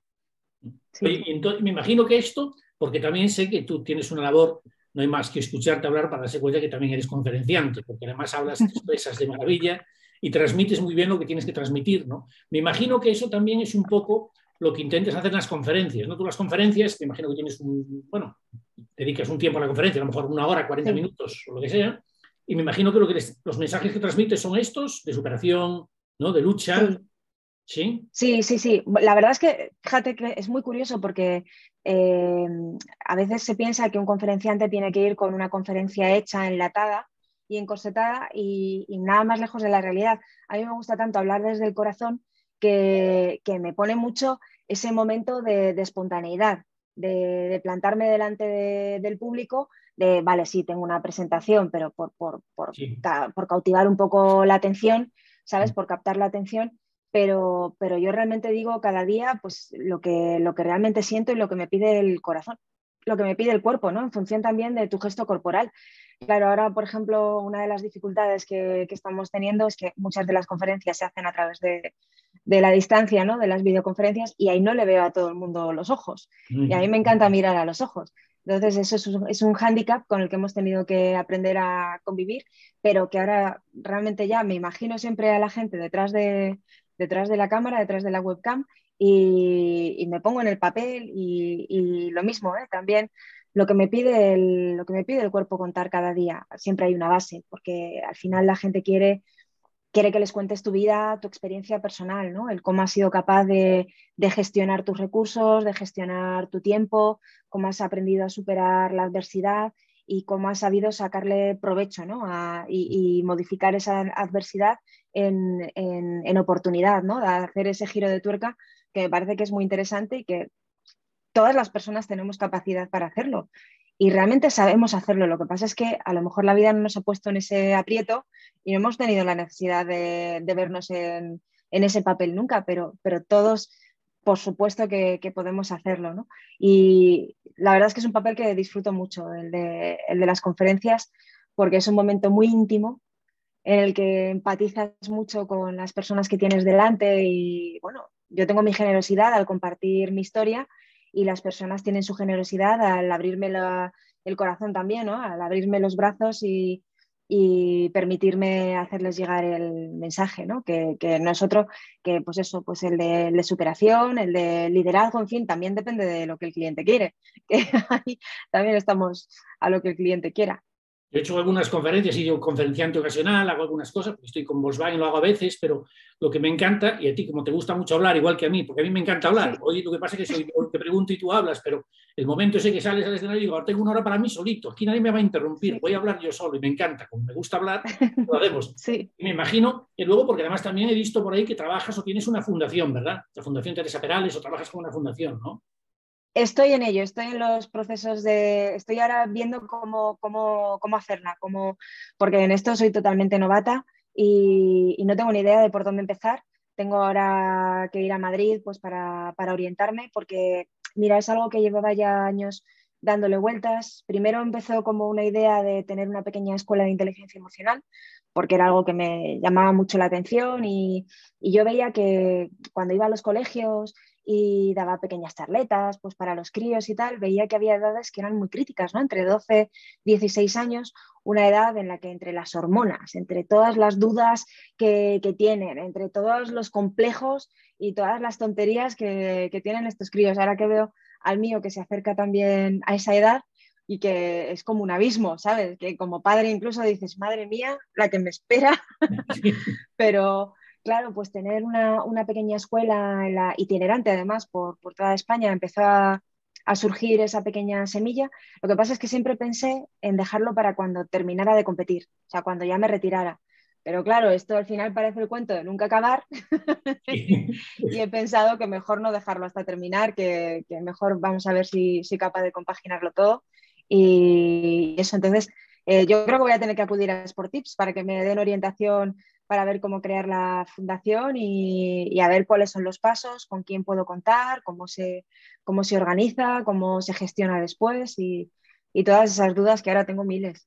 Sí. Oye, entonces, me imagino que esto, porque también sé que tú tienes una labor, no hay más que escucharte hablar para darse cuenta que también eres conferenciante, porque además hablas, te expresas de maravilla y transmites muy bien lo que tienes que transmitir, ¿no? Me imagino que eso también es un poco lo que intentas hacer en las conferencias, ¿no? Tú las conferencias, me imagino que tienes un, bueno, dedicas un tiempo a la conferencia, a lo mejor una hora, cuarenta Sí. minutos o lo que sea, y me imagino que, lo que les, los mensajes que transmites son estos, de superación, ¿no? De lucha. Sí. ¿Sí? Sí, sí, sí. La verdad es que, fíjate que es muy curioso porque eh, a veces se piensa que un conferenciante tiene que ir con una conferencia hecha, enlatada y encorsetada y, y nada más lejos de la realidad. A mí me gusta tanto hablar desde el corazón que, que me pone mucho ese momento de, de espontaneidad, de, de plantarme delante de, del público, de, vale, sí, tengo una presentación, pero por, por, por, Sí. por cautivar un poco la atención, ¿sabes? Por captar la atención. Pero, pero yo realmente digo cada día pues, lo, que, lo que realmente siento y lo que me pide el corazón, lo que me pide el cuerpo, ¿no? En función también de tu gesto corporal. Claro, ahora, por ejemplo, una de las dificultades que, que estamos teniendo es que muchas de las conferencias se hacen a través de, de la distancia, ¿no? De las videoconferencias, y ahí no le veo a todo el mundo los ojos. Y a mí me encanta mirar a los ojos. Entonces, eso es un, es un hándicap con el que hemos tenido que aprender a convivir, pero que ahora realmente ya me imagino siempre a la gente detrás de detrás de la cámara, detrás de la webcam y, y me pongo en el papel y, y lo mismo, ¿eh? También lo que, me pide el, lo que me pide el cuerpo contar cada día. Siempre hay una base, porque al final la gente quiere, quiere que les cuentes tu vida, tu experiencia personal, ¿no? El cómo has sido capaz de, de gestionar tus recursos, de gestionar tu tiempo, cómo has aprendido a superar la adversidad y cómo has sabido sacarle provecho, ¿no? A, y, y modificar esa adversidad en, en, en oportunidad, ¿no? De hacer ese giro de tuerca que me parece que es muy interesante y que todas las personas tenemos capacidad para hacerlo y realmente sabemos hacerlo. Lo que pasa es que a lo mejor la vida no nos ha puesto en ese aprieto y no hemos tenido la necesidad de, de vernos en, en, ese papel nunca, pero, pero todos, por supuesto que, que podemos hacerlo, ¿no? Y la verdad es que es un papel que disfruto mucho, el de, el de las conferencias, porque es un momento muy íntimo en el que empatizas mucho con las personas que tienes delante y bueno, yo tengo mi generosidad al compartir mi historia y las personas tienen su generosidad al abrirme la, el corazón también, ¿no? Al abrirme los brazos y, y permitirme hacerles llegar el mensaje, ¿no? Que, que no es otro que pues eso, pues el de, el de superación, el de liderazgo, en fin, también depende de lo que el cliente quiere, que ahí también estamos a lo que el cliente quiera. Yo he hecho algunas conferencias, y yo conferenciante ocasional, hago algunas cosas, porque estoy con Volkswagen, lo hago a veces, pero lo que me encanta, y a ti como te gusta mucho hablar, igual que a mí, porque a mí me encanta hablar, Sí. hoy lo que pasa es que soy, te pregunto y tú hablas, pero el momento ese que sales al escenario y digo, ahora tengo una hora para mí solito, aquí nadie me va a interrumpir, Sí. voy a hablar yo solo y me encanta, como me gusta hablar, lo hacemos. Sí. Y me imagino que luego, porque además también he visto por ahí que trabajas o tienes una fundación, ¿verdad? La Fundación Teresa Perales o trabajas con una fundación, ¿no? Estoy en ello, estoy en los procesos de, estoy ahora viendo cómo, cómo, cómo hacerla, cómo, porque en esto soy totalmente novata y, y no tengo ni idea de por dónde empezar. Tengo ahora que ir a Madrid pues para, para orientarme porque, mira, es algo que llevaba ya años dándole vueltas. Primero empezó como una idea de tener una pequeña escuela de inteligencia emocional, porque era algo que me llamaba mucho la atención y, y yo veía que cuando iba a los colegios y daba pequeñas charletas pues para los críos y tal, veía que había edades que eran muy críticas, ¿no? Entre doce, dieciséis años, una edad en la que entre las hormonas, entre todas las dudas que, que tienen, entre todos los complejos y todas las tonterías que, que tienen estos críos. Ahora que veo al mío que se acerca también a esa edad y que es como un abismo, ¿sabes? Que como padre incluso dices, madre mía, la que me espera, pero... Claro, pues tener una, una pequeña escuela en la, itinerante además por, por toda España, empezó a, a surgir esa pequeña semilla. Lo que pasa es que siempre pensé en dejarlo para cuando terminara de competir, o sea, cuando ya me retirara. Pero claro, esto al final parece el cuento de nunca acabar y he pensado que mejor no dejarlo hasta terminar, que, que mejor vamos a ver si soy capaz de compaginarlo todo. Y eso, entonces, eh, yo creo que voy a tener que acudir a Sportips para que me den orientación para ver cómo crear la fundación y, y a ver cuáles son los pasos, con quién puedo contar, cómo se, cómo se organiza, cómo se gestiona después y, y todas esas dudas que ahora tengo miles.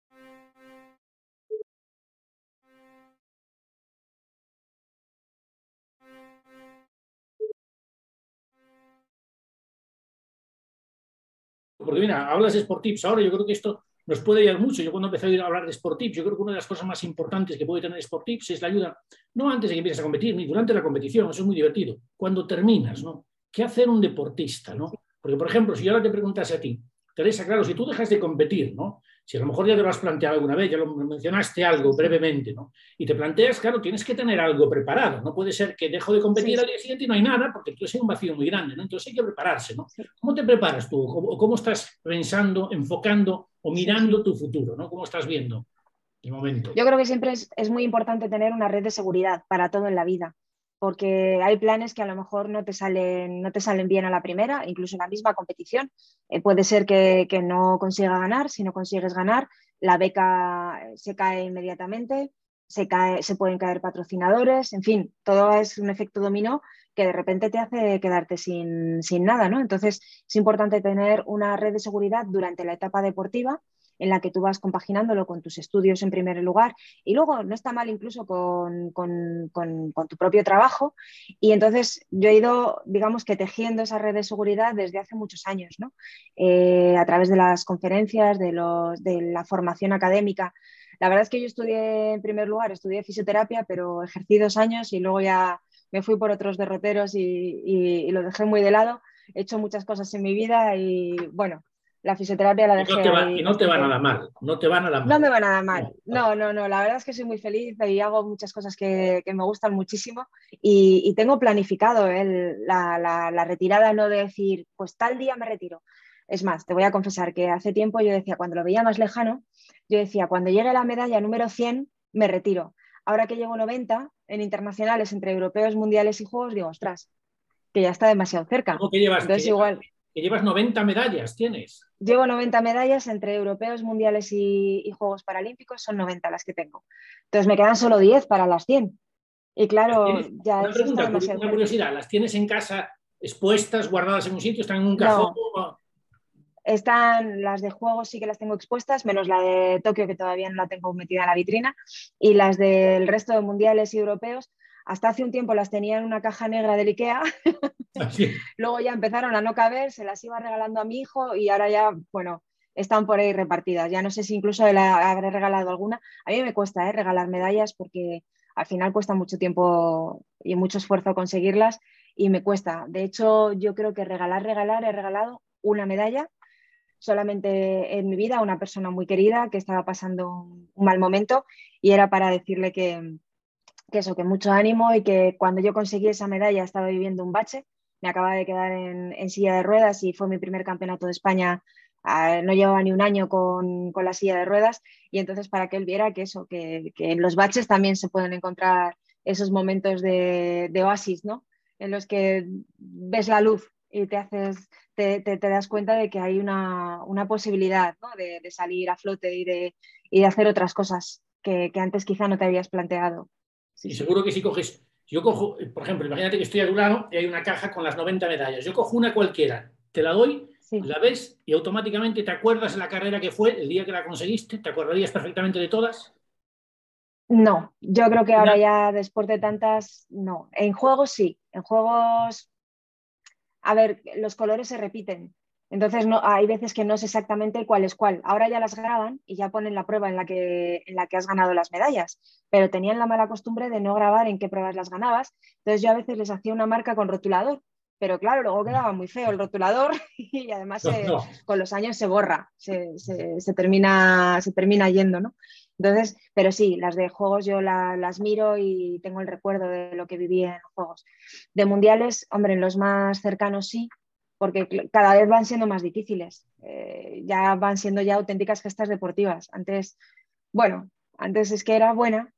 Porque mira, hablas de Sportips ahora, yo creo que esto nos puede ayudar mucho. Yo cuando empecé a oír hablar de Sportips, yo creo que una de las cosas más importantes que puede tener Sportips es la ayuda, no antes de que empieces a competir, ni durante la competición, eso es muy divertido, cuando terminas, ¿no? ¿Qué hacer un deportista, ¿no? Porque, por ejemplo, si yo ahora te preguntase a ti, Teresa, claro, si tú dejas de competir, ¿no? Si a lo mejor ya te lo has planteado alguna vez, ya lo mencionaste algo brevemente, ¿no? Y te planteas, claro, tienes que tener algo preparado. No puede ser que dejo de competir sí. al día siguiente y no hay nada, porque entonces hay un vacío muy grande, ¿no? Entonces hay que prepararse, ¿no? Sí. ¿Cómo te preparas tú? ¿Cómo, cómo estás pensando, enfocando o mirando sí, sí. tu futuro, ¿no? ¿Cómo estás viendo el momento? Yo creo que siempre es, es muy importante tener una red de seguridad para todo en la vida, porque hay planes que a lo mejor no te salen, no te salen bien a la primera, incluso en la misma competición. Eh, puede ser que, que no consiga ganar, si no consigues ganar, la beca se cae inmediatamente, se, cae, se pueden caer patrocinadores, en fin, todo es un efecto dominó que de repente te hace quedarte sin, sin nada, ¿no? Entonces es importante tener una red de seguridad durante la etapa deportiva en la que tú vas compaginándolo con tus estudios en primer lugar y luego no está mal incluso con, con, con, con tu propio trabajo. Y entonces yo he ido, digamos que tejiendo esa red de seguridad desde hace muchos años, ¿no? Eh, a través de las conferencias, de, los, de la formación académica. La verdad es que yo estudié en primer lugar, estudié fisioterapia, pero ejercí dos años y luego ya me fui por otros derroteros y, y, y lo dejé muy de lado. He hecho muchas cosas en mi vida y bueno, la fisioterapia la dejé y no te va, ahí. Y no te va nada mal, no te va nada mal. No me va nada mal, no, no, no, la verdad es que soy muy feliz y hago muchas cosas que, que me gustan muchísimo y, y tengo planificado el, la, la, la retirada, no de decir, pues tal día me retiro. Es más, te voy a confesar que hace tiempo yo decía, cuando lo veía más lejano, yo decía, cuando llegue la medalla número cien, me retiro. Ahora que llevo noventa en internacionales entre europeos, mundiales y juegos, digo, ostras, que ya está demasiado cerca. ¿Cómo que llevas? Entonces que igual... Llevas, que llevas noventa medallas, ¿tienes? Llevo noventa medallas entre europeos, mundiales y, y Juegos Paralímpicos, son noventa las que tengo. Entonces me quedan solo diez para las cien. Y claro, ya una eso está pregunta, demasiado una curiosidad, ¿las tienes en casa expuestas, guardadas en un sitio, están en un cajón? No, están las de Juegos, sí que las tengo expuestas, menos la de Tokio, que todavía no la tengo metida en la vitrina, y las del resto de mundiales y europeos. Hasta hace un tiempo las tenía en una caja negra del IKEA, Así. Luego ya empezaron a no caber, se las iba regalando a mi hijo y ahora ya, bueno, están por ahí repartidas. Ya no sé si incluso le habré regalado alguna. A mí me cuesta ¿eh? regalar medallas porque al final cuesta mucho tiempo y mucho esfuerzo conseguirlas y me cuesta. De hecho, yo creo que regalar, regalar, he regalado una medalla solamente en mi vida a una persona muy querida que estaba pasando un, un mal momento y era para decirle que, que eso, que mucho ánimo y que cuando yo conseguí esa medalla estaba viviendo un bache. Me acaba de quedar en, en silla de ruedas y fue mi primer campeonato de España. Uh, no llevaba ni un año con, con la silla de ruedas y entonces para que él viera que eso, que, que en los baches también se pueden encontrar esos momentos de, de oasis, ¿no? En los que ves la luz y te haces, te, te, te das cuenta de que hay una, una posibilidad, ¿no? de, de salir a flote y de, y de hacer otras cosas que, que antes quizá no te habías planteado. Sí, y seguro que si coges, yo cojo, por ejemplo, imagínate que estoy a tu lado y hay una caja con las noventa medallas. Yo cojo una cualquiera, te la doy sí. la ves y automáticamente te acuerdas de la carrera que fue, el día que la conseguiste, te acordarías perfectamente de todas. No, yo creo que ahora ya después de tantas, no. En juegos sí, en juegos, a ver, los colores se repiten. Entonces no, hay veces que no sé exactamente cuál es cuál. Ahora ya las graban y ya ponen la prueba en la que, en la que has ganado las medallas, pero tenían la mala costumbre de no grabar en qué pruebas las ganabas. Entonces yo a veces les hacía una marca con rotulador, pero claro, luego quedaba muy feo el rotulador y además No, se, no. con los años se borra, se, se, se, termina, se termina yendo, ¿no? Entonces, pero sí, las de juegos yo la, las miro y tengo el recuerdo de lo que viví en juegos. De mundiales, hombre, en los más cercanos sí, porque cada vez van siendo más difíciles. Eh, ya van siendo ya auténticas gestas deportivas. Antes, bueno, antes es que era buena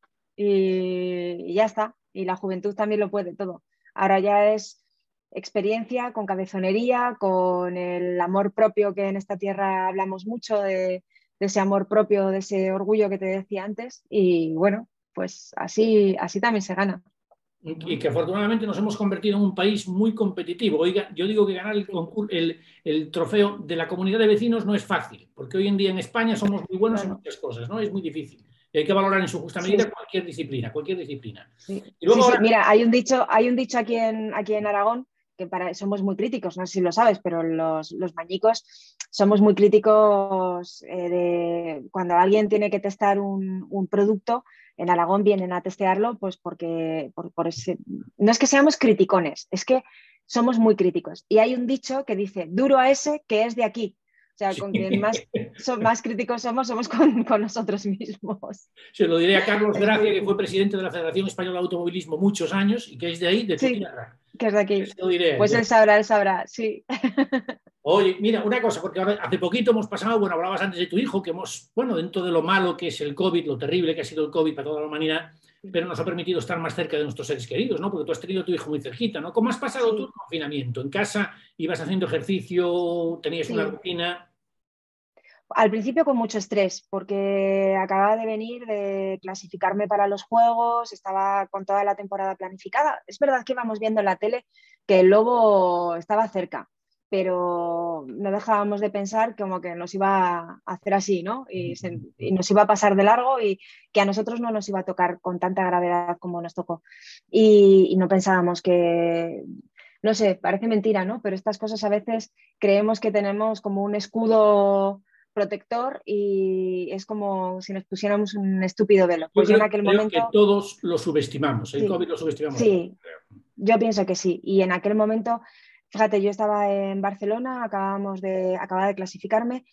y, y ya está. Y la juventud también lo puede todo. Ahora ya es experiencia, con cabezonería, con el amor propio, que en esta tierra hablamos mucho de, de ese amor propio, de ese orgullo que te decía antes. Y bueno, pues así, así también se gana. Y que afortunadamente nos hemos convertido en un país muy competitivo. Oiga, yo digo que ganar el, el, el trofeo de la comunidad de vecinos no es fácil, porque hoy en día en España somos muy buenos No, en no. muchas cosas, ¿no? Es muy difícil. Y hay que valorar en su justa medida Sí, cualquier disciplina, cualquier disciplina. sí, Y sí, luego sí. ahora, Mira, hay un dicho, hay un dicho aquí en, aquí en Aragón que para, somos muy críticos, no sé si lo sabes, pero los, los mañicos somos muy críticos eh, de cuando alguien tiene que testar un, un producto. En Aragón vienen a testearlo, pues porque por, por ese... no es que seamos criticones, es que somos muy críticos. Y hay un dicho que dice, duro a ese que es de aquí. O sea, sí, con quien más, son, más críticos somos, somos con, con nosotros mismos. se lo diré a Carlos Es Gracia, muy... que fue presidente de la Federación Española de Automovilismo muchos años y que es de ahí, de tu Sí, tierra. que es de Se aquí. lo diré a Pues él. él sabrá, él sabrá, sí. Oye, mira, una cosa, porque ahora, hace poquito hemos pasado, bueno, hablabas antes de tu hijo, que hemos, bueno, dentro de lo malo que es el COVID, lo terrible que ha sido el COVID para toda la humanidad, pero nos ha permitido estar más cerca de nuestros seres queridos, ¿no? Porque tú has tenido a tu hijo muy cerquita, ¿no? ¿Cómo has pasado tú el Sí, confinamiento? ¿En casa ibas haciendo ejercicio, tenías una sí. rutina? Al principio con mucho estrés, porque acababa de venir de clasificarme para los Juegos, estaba con toda la temporada planificada. Es verdad que íbamos viendo en la tele que el lobo estaba cerca, pero no dejábamos de pensar como que nos iba a hacer así, ¿no? Y, se, y nos iba a pasar de largo y que a nosotros no nos iba a tocar con tanta gravedad como nos tocó. Y, y no pensábamos que, no sé, parece mentira, ¿no? Pero estas cosas a veces creemos que tenemos como un escudo protector y es como si nos pusiéramos un estúpido velo. Yo Pues yo en creo, aquel creo que momento, todos lo subestimamos, el sí, COVID lo subestimamos todos. sí, yo pienso que sí. Y en aquel momento, fíjate, yo estaba en Barcelona, acabamos de, acababa de clasificarme,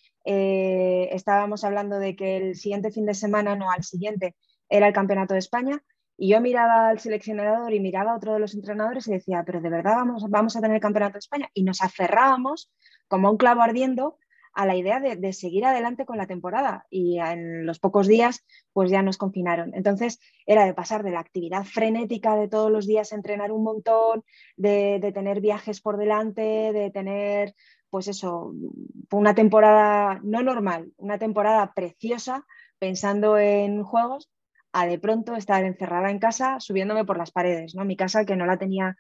eh, estábamos hablando de que el siguiente fin de semana, no, al siguiente, era el Campeonato de España. Y yo miraba al seleccionador y miraba a otro de los entrenadores y decía, pero de verdad vamos, vamos a tener el Campeonato de España. Y nos aferrábamos como un clavo ardiendo a la idea de, de seguir adelante con la temporada. Y en los pocos días, pues ya nos confinaron. Entonces, era de pasar de la actividad frenética de todos los días entrenar un montón, de, de tener viajes por delante, de tener, pues eso, una temporada no normal, una temporada preciosa pensando en juegos, a de pronto estar encerrada en casa subiéndome por las paredes, ¿no? Mi casa que no la tenía,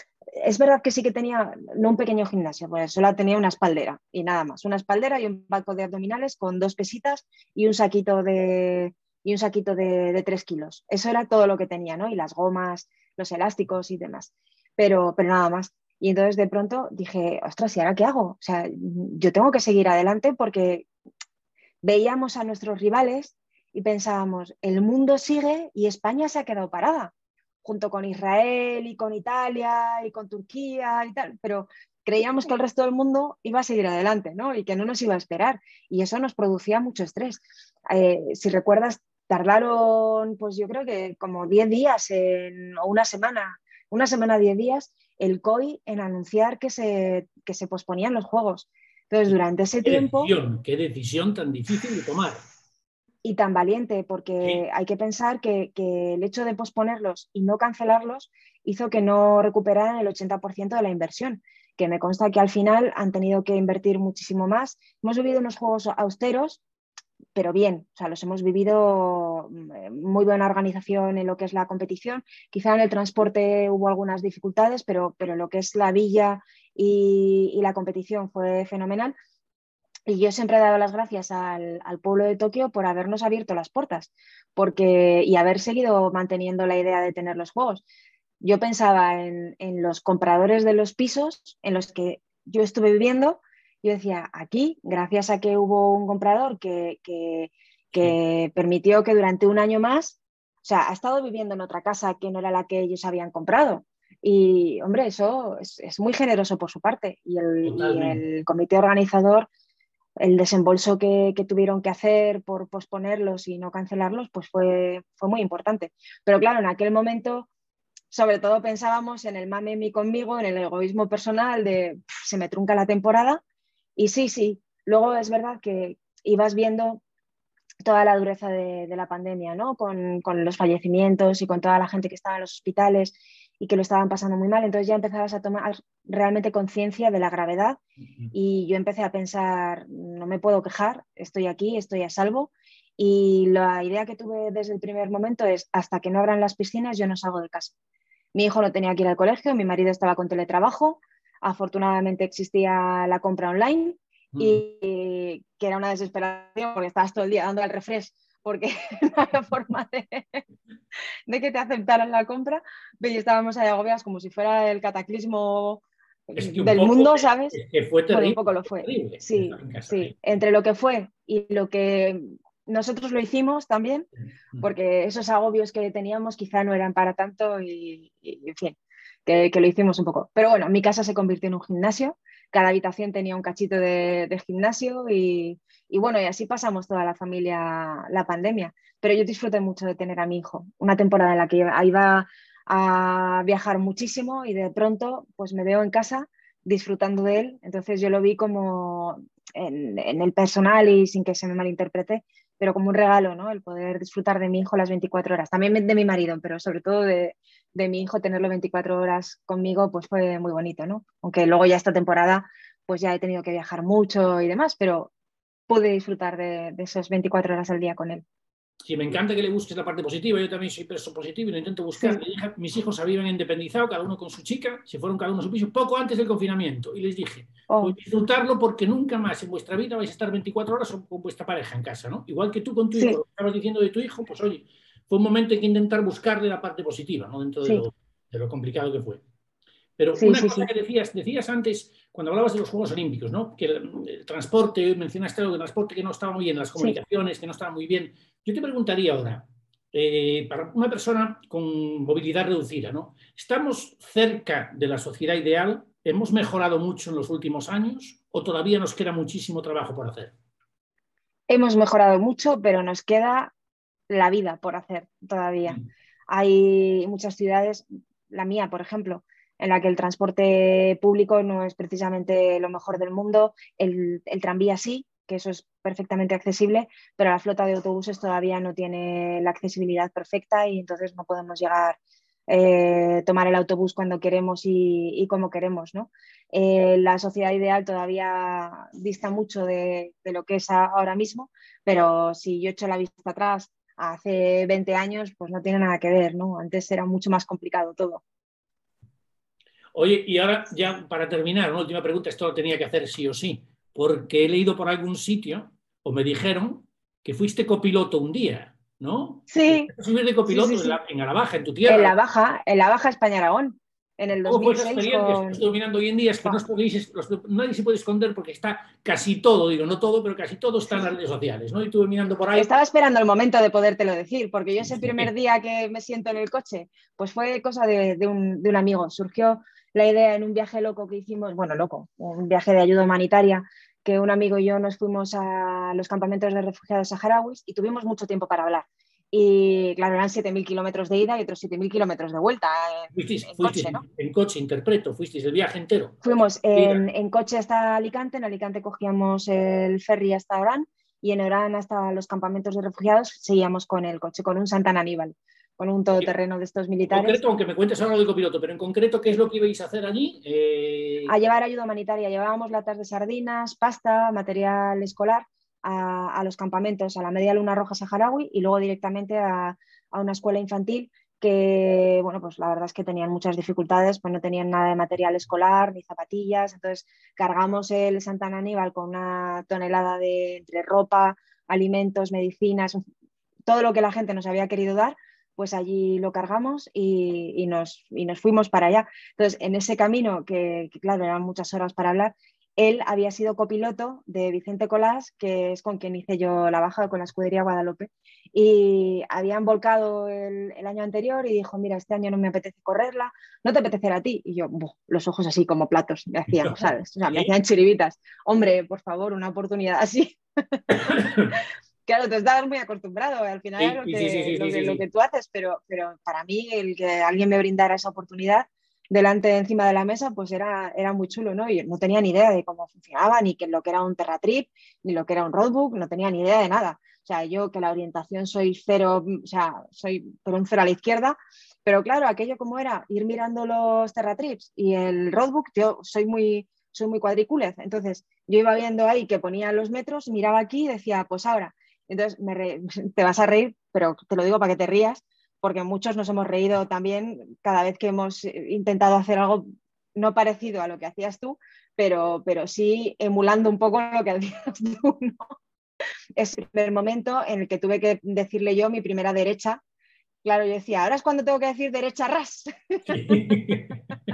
es verdad que sí que tenía, no un pequeño gimnasio, pues solo tenía una espaldera y nada más, una espaldera y un banco de abdominales con dos pesitas y un saquito de, y un saquito de, de tres kilos. Eso era todo lo que tenía, ¿no? Y las gomas, los elásticos y demás, pero, pero nada más. Y entonces de pronto dije, ostras, ¿y ahora qué hago? O sea, yo tengo que seguir adelante porque veíamos a nuestros rivales y pensábamos, el mundo sigue y España se ha quedado parada, junto con Israel y con Italia y con Turquía y tal, pero creíamos que el resto del mundo iba a seguir adelante, ¿no? Y que no nos iba a esperar. Y eso nos producía mucho estrés. Eh, si recuerdas, tardaron, pues yo creo que como diez días en, o una semana, una semana, diez días, el C O I en anunciar que se, que se posponían los Juegos. Entonces, durante ese Qué tiempo decisión, qué decisión tan difícil de tomar. y tan valiente, Sí. porque hay que pensar que, que, el hecho de posponerlos y no cancelarlos hizo que no recuperaran el ochenta por ciento de la inversión, que me consta que al final han tenido que invertir muchísimo más. Hemos vivido unos juegos austeros, pero bien, o sea, los hemos vivido, muy buena organización en lo que es la competición. Quizá en el transporte hubo algunas dificultades, pero, pero lo que es la villa y, y la competición fue fenomenal. Y yo siempre he dado las gracias al, al pueblo de Tokio por habernos abierto las puertas porque, y haber seguido manteniendo la idea de tener los juegos. Yo pensaba en, en los compradores de los pisos en los que yo estuve viviendo. Yo decía, aquí, gracias a que hubo un comprador que, que, que sí. permitió que durante un año más, o sea, ha estado viviendo en otra casa que no era la que ellos habían comprado. Y, hombre, eso es, es muy generoso por su parte. Y el, y el comité organizador, el desembolso que, que tuvieron que hacer por posponerlos y no cancelarlos, pues fue, fue muy importante. Pero claro, en aquel momento, sobre todo pensábamos en el mame mí conmigo, en el egoísmo personal de pff, se me trunca la temporada. Y sí, sí, luego es verdad que ibas viendo toda la dureza de, de la pandemia, ¿no? Con, con los fallecimientos y con toda la gente que estaba en los hospitales y que lo estaban pasando muy mal. Entonces ya empezabas a tomar realmente conciencia de la gravedad y yo empecé a pensar, no me puedo quejar, estoy aquí, estoy a salvo. Y la idea que tuve desde el primer momento es, hasta que no abran las piscinas, yo no salgo de casa. Mi hijo no tenía que ir al colegio, mi marido estaba con teletrabajo, afortunadamente existía la compra online y que era una desesperación porque estabas todo el día dando el refresh porque no había forma de, de que te aceptaran la compra, pero estábamos ahí agobiados como si fuera el cataclismo es que del poco, mundo, ¿sabes? Es que fue terrible. Bueno, un poco lo fue. Terrible, sí, casa, sí. Entre lo que fue y lo que nosotros lo hicimos también, porque esos agobios que teníamos quizá no eran para tanto y, y en fin, que, que lo hicimos un poco. Pero bueno, mi casa se convirtió en un gimnasio, cada habitación tenía un cachito de, de gimnasio y, y bueno, y así pasamos toda la familia la pandemia. Pero yo disfruté mucho de tener a mi hijo, una temporada en la que iba a viajar muchísimo y de pronto pues me veo en casa disfrutando de él. Entonces yo lo vi como en, en el personal y sin que se me malinterprete, pero como un regalo, ¿no? El poder disfrutar de mi hijo las veinticuatro horas. También de mi marido, pero sobre todo de, de mi hijo, tenerlo veinticuatro horas conmigo, pues fue muy bonito, ¿no? Aunque luego ya esta temporada pues ya he tenido que viajar mucho y demás, pero pude disfrutar de, de esas veinticuatro horas al día con él. Sí, me encanta que le busques la parte positiva. Yo también soy preso positivo y lo intento buscar. Sí. Dije, mis hijos se habían independizado, cada uno con su chica, se fueron cada uno a su piso poco antes del confinamiento. Y les dije, oh. pues disfrutarlo porque nunca más en vuestra vida vais a estar veinticuatro horas con vuestra pareja en casa, ¿no? Igual que tú con tu sí. hijo, lo que estabas diciendo de tu hijo, pues oye, fue un momento en que intentar buscarle la parte positiva, ¿no? Dentro de, sí. lo, de lo complicado que fue. Pero sí, una sí, cosa sí. que decías, decías antes, cuando hablabas de los Juegos Olímpicos, ¿no? Que el, el transporte, mencionaste algo de transporte que no estaba muy bien, las comunicaciones sí. que no estaban muy bien. Yo te preguntaría ahora, eh, para una persona con movilidad reducida, ¿no? ¿Estamos cerca de la sociedad ideal? ¿Hemos mejorado mucho en los últimos años o todavía nos queda muchísimo trabajo por hacer? Hemos mejorado mucho, pero nos queda la vida por hacer todavía. Mm. Hay muchas ciudades, la mía, por ejemplo, en la que el transporte público no es precisamente lo mejor del mundo, el, el tranvía sí, que eso es perfectamente accesible, pero la flota de autobuses todavía no tiene la accesibilidad perfecta y entonces no podemos llegar, eh, tomar el autobús cuando queremos y, y como queremos, ¿no? Eh, la sociedad ideal todavía dista mucho de, de lo que es ahora mismo, pero si yo echo la vista atrás hace veinte años, pues no tiene nada que ver, ¿no? Antes era mucho más complicado todo. Oye, y ahora ya para terminar, una última pregunta, esto lo tenía que hacer sí o sí, porque he leído por algún sitio, o me dijeron, que fuiste copiloto un día, ¿no? Sí. Subir de copiloto sí, sí, sí. En, la, en la Baja, en tu tierra. En la Baja, en la Baja España-Aragón, en el ¿Cómo fue esa dos mil seis experiencia? con... Estoy mirando hoy en día, es que oh. no os podéis, los, nadie se puede esconder porque está casi todo, digo, no todo, pero casi todo está en las redes sociales, ¿no? Y estuve mirando por ahí. Estaba esperando el momento de podértelo decir, porque yo ese primer día que me siento en el coche, pues fue cosa de, de, un, de un amigo. Surgió la idea en un viaje loco que hicimos, bueno, loco, un viaje de ayuda humanitaria, que un amigo y yo nos fuimos a los campamentos de refugiados saharauis y tuvimos mucho tiempo para hablar. Y claro, eran siete mil kilómetros de ida y otros siete mil kilómetros de vuelta en, fuisteis, en fuisteis coche, ¿no? En, en coche, interpreto, fuisteis el viaje entero. Fuimos en, en coche hasta Alicante, en Alicante cogíamos el ferry hasta Orán y en Orán hasta los campamentos de refugiados seguíamos con el coche, con un Santana Aníbal, con un todoterreno de estos militares. En concreto, aunque me cuentes ahora de copiloto, pero en concreto, ¿qué es lo que ibais a hacer allí? Eh... A llevar ayuda humanitaria, llevábamos latas de sardinas, pasta, material escolar a, a los campamentos, a la Media Luna Roja Saharaui y luego directamente a, a una escuela infantil que, bueno, pues la verdad es que tenían muchas dificultades, pues no tenían nada de material escolar, ni zapatillas, entonces cargamos el Santana Aníbal con una tonelada de entre ropa, alimentos, medicinas, todo lo que la gente nos había querido dar, pues allí lo cargamos y, y, nos, y nos fuimos para allá. Entonces, en ese camino, que, que claro, eran muchas horas para hablar, él había sido copiloto de Vicente Colás, que es con quien hice yo la baja con la escudería Guadalupe, y habían volcado el, el año anterior y dijo, mira, este año no me apetece correrla, ¿no te apetecerá a ti? Y yo, buh, los ojos así como platos me hacían, ¿sabes? O sea, me hacían chiribitas. Hombre, por favor, una oportunidad así. Claro, tú estabas muy acostumbrado, al final es lo que, sí, sí, sí, lo, que, sí, sí. lo que tú haces, pero, pero para mí el que alguien me brindara esa oportunidad delante, encima de la mesa, pues era, era muy chulo, ¿no? Y no tenía ni idea de cómo funcionaba, ni que lo que era un Terratrip, ni lo que era un roadbook, no tenía ni idea de nada. O sea, yo que la orientación soy cero, o sea, soy por un cero a la izquierda, pero claro, aquello como era ir mirando los Terratrips y el roadbook, yo soy muy, soy muy cuadriculez, entonces yo iba viendo ahí que ponía los metros, miraba aquí y decía, pues ahora, entonces me re... te vas a reír, pero te lo digo para que te rías, porque muchos nos hemos reído también cada vez que hemos intentado hacer algo no parecido a lo que hacías tú, pero, pero sí emulando un poco lo que hacías tú, ¿no? Es el primer momento en el que tuve que decirle yo mi primera derecha. Claro, yo decía, ahora es cuando tengo que decir derecha ras. Sí.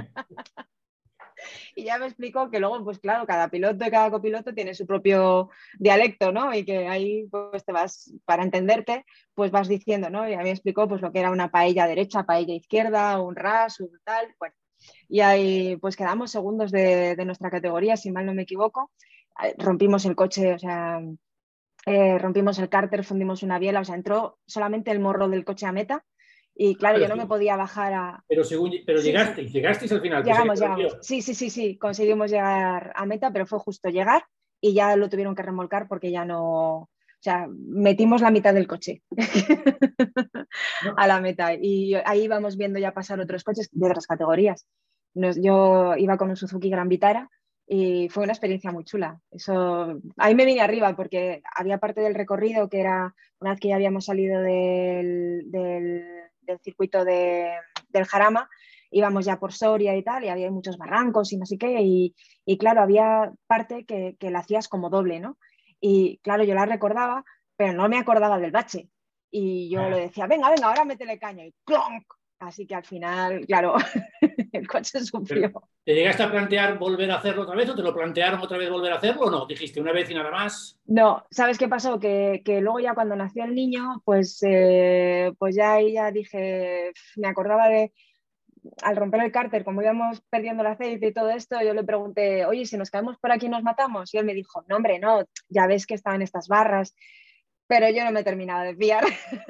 Y ya me explicó que luego, pues claro, cada piloto y cada copiloto tiene su propio dialecto, ¿no? Y que ahí pues te vas, para entenderte, pues vas diciendo, ¿no? Y a mí me explicó pues lo que era una paella derecha, paella izquierda, un ras, un tal, bueno. Y ahí pues quedamos segundos de, de nuestra categoría, si mal no me equivoco. Rompimos el coche, o sea, eh, rompimos el cárter, fundimos una biela, o sea, entró solamente el morro del coche a meta. Y claro, pero yo no sí, me podía bajar a... Pero, según, pero sí, llegasteis, sí. llegasteis al final. Llegamos, llegamos. Sí, sí, sí, sí, conseguimos llegar a meta, pero fue justo llegar y ya lo tuvieron que remolcar porque ya no... O sea, metimos la mitad del coche no. a la meta y ahí íbamos viendo ya pasar otros coches de otras categorías. Nos, yo iba con un Suzuki Gran Vitara y fue una experiencia muy chula. Eso, ahí me vine arriba porque había parte del recorrido que era una vez que ya habíamos salido del, del, del circuito de, del Jarama, íbamos ya por Soria y tal, y había muchos barrancos y no sé qué, y, y claro, había parte que, que la hacías como doble, ¿no? Y claro, yo la recordaba, pero no me acordaba del bache. Y yo le decía, venga, venga, ahora métele caña, y ¡clonk! Así que al final, claro, el coche sufrió. Pero, ¿te llegaste a plantear volver a hacerlo otra vez o te lo plantearon otra vez volver a hacerlo o no? Dijiste una vez y nada más. No, ¿sabes qué pasó? Que, que luego ya cuando nació el niño, pues, eh, pues ya ahí ya dije, me acordaba de, al romper el cárter, como íbamos perdiendo el aceite y todo esto, yo le pregunté, oye, si nos caemos por aquí nos matamos. Y él me dijo, no, hombre, no, ya ves que estaban estas barras, pero yo no me he terminado de fiar.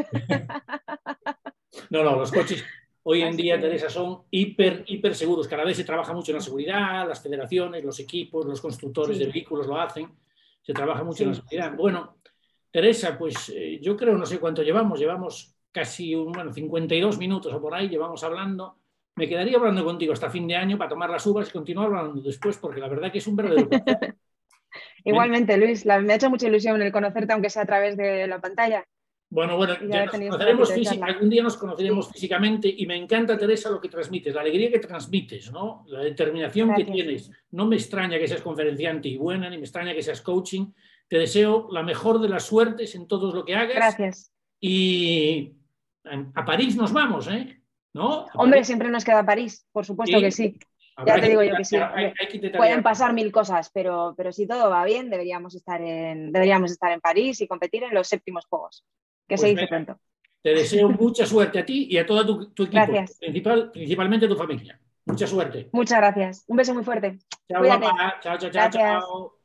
No, no, los coches hoy en Así día, que... Teresa, son hiper, hiper seguros. Cada vez se trabaja mucho en la seguridad, las federaciones, los equipos, los constructores sí. de vehículos lo hacen. Se trabaja mucho sí. en la seguridad. Bueno, Teresa, pues eh, yo creo, no sé cuánto llevamos, llevamos casi un, bueno, cincuenta y dos minutos o por ahí, llevamos hablando. Me quedaría hablando contigo hasta fin de año para tomar las uvas y continuar hablando después, porque la verdad que es un verdadero placer. Igualmente, Luis, la, me ha hecho mucha ilusión el conocerte, aunque sea a través de la pantalla. Bueno, bueno, ya nos conoceremos física, algún día nos conoceremos sí. físicamente y me encanta, Teresa, lo que transmites, la alegría que transmites, ¿no? La determinación Gracias. que tienes. No me extraña que seas conferenciante y buena, ni me extraña que seas coaching. Te deseo la mejor de las suertes en todo lo que hagas. Gracias. Y a París nos vamos, ¿eh? ¿No? Hombre, París. Siempre nos queda París, por supuesto sí. que sí. Ya te digo yo que sí. Hay, hay que Pueden pasar mil cosas, pero, pero si todo va bien, deberíamos estar, en, deberíamos estar en París y competir en los séptimos Juegos, que pues se dice pronto. Te deseo mucha suerte a ti y a todo tu, tu equipo, gracias. Principal, principalmente a tu familia. Mucha suerte. Muchas gracias. Un beso muy fuerte. Chao, guapa. Chao, chao, chao, chao.